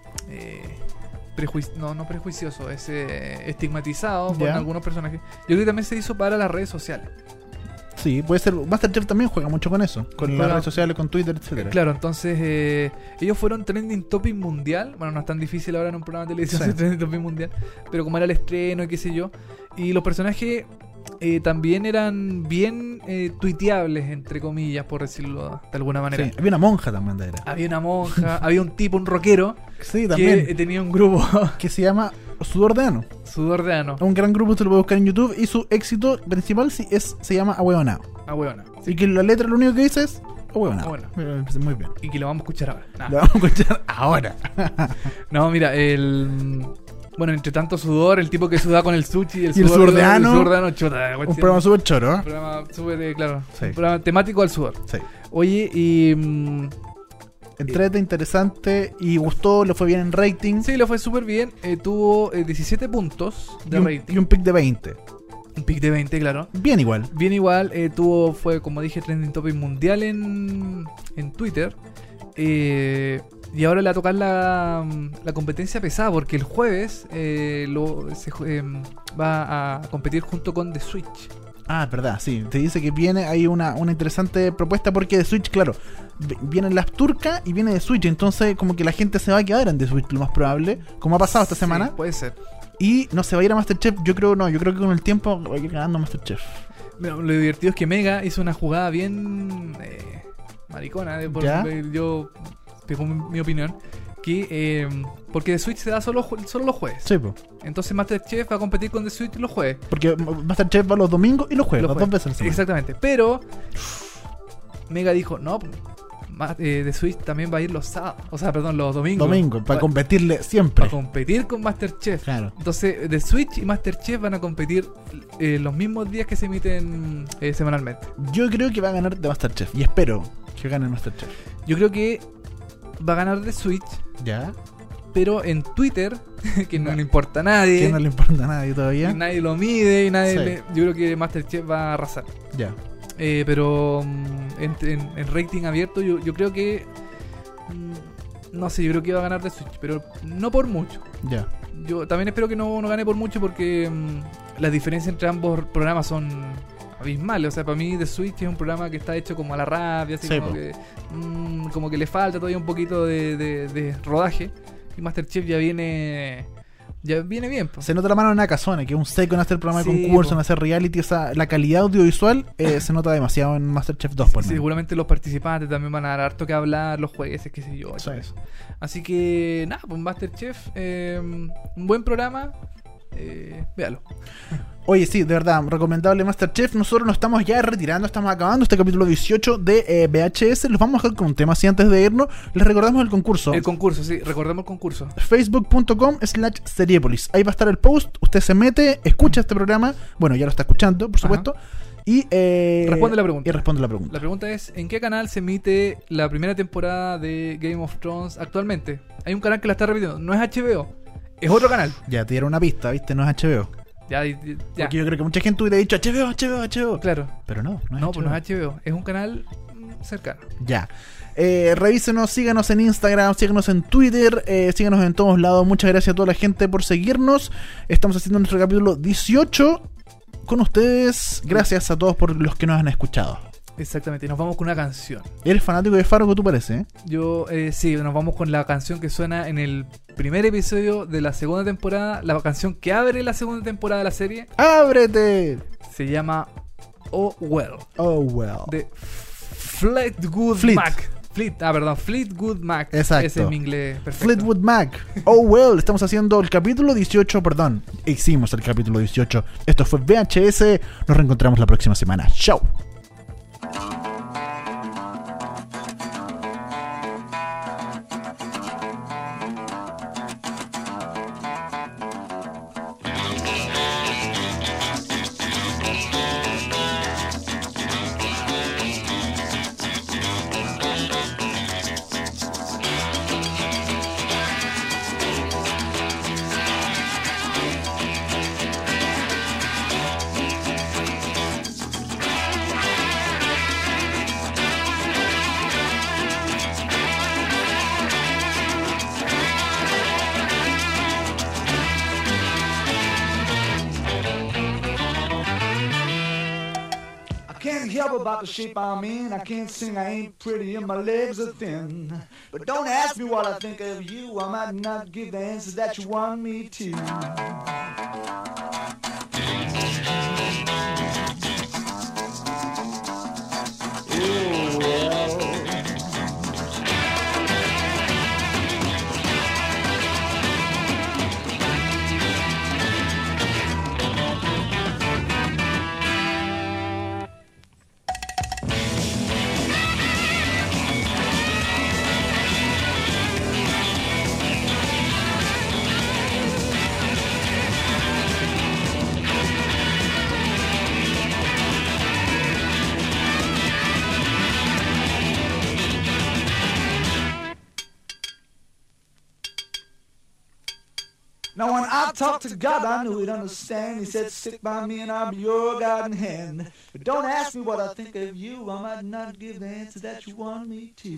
no prejuicioso, es estigmatizado por Ya. algunos personajes, yo creo que también se hizo para las redes sociales. Sí, puede ser. Masterchef también juega mucho con eso. Con las Juega- redes sociales, con Twitter, etcétera. Claro, entonces ellos fueron trending topic mundial. Bueno, no es tan difícil ahora en un programa de televisión Sí. ser trending topic mundial, pero como era el estreno y qué sé yo. Y los personajes también eran bien tuiteables, entre comillas, por decirlo de alguna manera. Sí, había una monja también de era. Había una monja, había un tipo, un rockero, Sí, que también. tenía un grupo, Que se llama Sudor de Ano. Sudor de Ano. Es un gran grupo, se lo puede buscar en YouTube. Y su éxito principal se llama Ahueonao. Ah, huevona. Y que la letra lo único que dice es Ahueonao. Ahueonao. Muy bien. Y que lo vamos a escuchar ahora. Nah. Lo vamos a escuchar ahora. No, mira, bueno, entre tanto sudor, el tipo que suda con el sushi, Y el sudor de Ano. El sudor de Ano, chuta, Un programa súper choro, Un ¿eh? programa súper, claro. Sí. Un programa temático al sudor. Sí. Oye, y. Entrete, interesante. Y gustó, le fue bien en rating. Sí, le fue súper bien. Tuvo 17 puntos y, de un, rating. y un pick de 20. Un pick de 20, claro. Bien igual. Bien igual. Fue, como dije, trending topic mundial en Twitter. Y ahora le va a tocar la competencia pesada, porque el jueves va a competir junto con The Switch. Ah, es verdad, sí. Te dice que viene ahí una interesante propuesta porque de Switch, claro, vienen las turcas y viene de Switch. Entonces, como que la gente se va a quedar en The Switch, lo más probable, como ha pasado esta Sí, semana. puede ser. Y no se va a ir a Masterchef. Yo creo que con el tiempo va a ir ganando Masterchef. Mira, lo divertido es que Mega hizo una jugada bien maricona. ¿Ya? Yo tengo mi opinión. Que porque The Switch se da solo los jueves. Sí, pues. Entonces Masterchef va a competir con The Switch los jueves. Porque Masterchef va los domingos y los jueves, Los las dos jueves. veces a la semana. Exactamente. Pero Mega dijo, no, The Switch también va a ir los sábados. O sea, perdón, los domingos. Domingo, para Va- competirle siempre. Para competir con Masterchef. Claro. Entonces, The Switch y Masterchef van a competir los mismos días que se emiten semanalmente. Yo creo que va a ganar de Masterchef. Y espero que gane Masterchef. Yo creo que va a ganar The Switch, ¿Ya? pero en Twitter, que no le importa a nadie, Que no le importa a nadie todavía. nadie lo mide y nadie Sí. yo creo que Masterchef va a arrasar. Ya. Pero en rating abierto yo creo que no sé, yo creo que va a ganar The Switch, pero no por mucho. Ya. Yo también espero que no gane por mucho porque las diferencias entre ambos programas son abismales. O sea, para mí The Switch es un programa que está hecho como a la rabia, así Sí, como, po. como que le falta todavía un poquito de rodaje. Y Masterchef ya viene bien, po. Se nota la mano en Nakazone, que es un seco en hacer programa de Sí, concurso, po. en hacer reality. La calidad audiovisual se nota demasiado en Masterchef 2 por Sí, menos. seguramente los participantes también van a dar harto que hablar, los jueces, qué sé yo. y Sí. todo eso. Así que nada, pues Masterchef, un buen programa. Véalo. Oye, sí, de verdad, recomendable Masterchef. Nosotros nos estamos ya retirando, estamos acabando este capítulo 18 de VHS. Los vamos a dejar con un tema así antes de irnos. Les recordamos el concurso. El concurso, sí, recordemos el concurso. Facebook.com/Seriepolis. Ahí va a estar el post. Usted se mete, escucha este programa. Bueno, ya lo está escuchando, por supuesto. Y Responde la pregunta. Y responde la pregunta. La pregunta es, ¿en qué canal se emite la primera temporada de Game of Thrones actualmente? Hay un canal que la está repitiendo, no es HBO, es otro canal. Ya te dieron una pista, ¿viste? No es HBO. Ya. Porque yo creo que mucha gente hubiera dicho HBO. Claro. Pero no es No, HBO. pues no es HBO, es un canal cercano. Ya. Revísenos, síganos en Instagram, síganos en Twitter, síganos en todos lados. Muchas gracias a toda la gente por seguirnos. Estamos haciendo nuestro capítulo 18 con ustedes. Gracias a todos por los que nos han escuchado. Exactamente, y nos vamos con una canción. Eres fanático de Fargo, tú parece, ¿eh? Yo, sí, nos vamos con la canción que suena en el primer episodio de la segunda temporada, la canción que abre la segunda temporada de la serie, ¡Ábrete! se llama Oh Well, Oh, well. de Fleetwood Fleet. Mac. Fleetwood Mac. Exacto. Ese es mi inglés perfecto. Fleetwood Mac. Oh, well. Estamos haciendo el capítulo 18, perdón. Hicimos el capítulo 18. Esto fue VHS. Nos reencontramos la próxima semana. Chao. help about the shape I'm in. I can't sing, I ain't pretty, and my legs are thin. But don't ask me what I think of you. I might not give the answers that you want me to. Oh, well. Now when I talked to God, I knew he'd understand. He said, stick by me and I'll be your guiding hand. But don't ask me what I think of you. I might not give the answer that you want me to.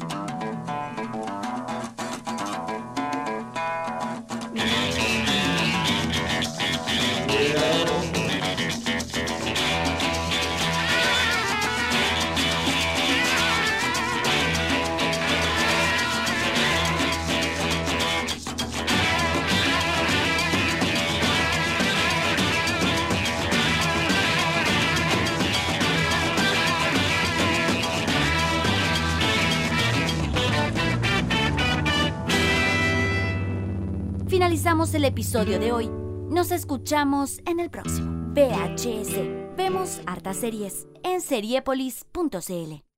Finalizamos el episodio de hoy. Nos escuchamos en el próximo. VHS. Vemos hartas series en seriepolis.cl.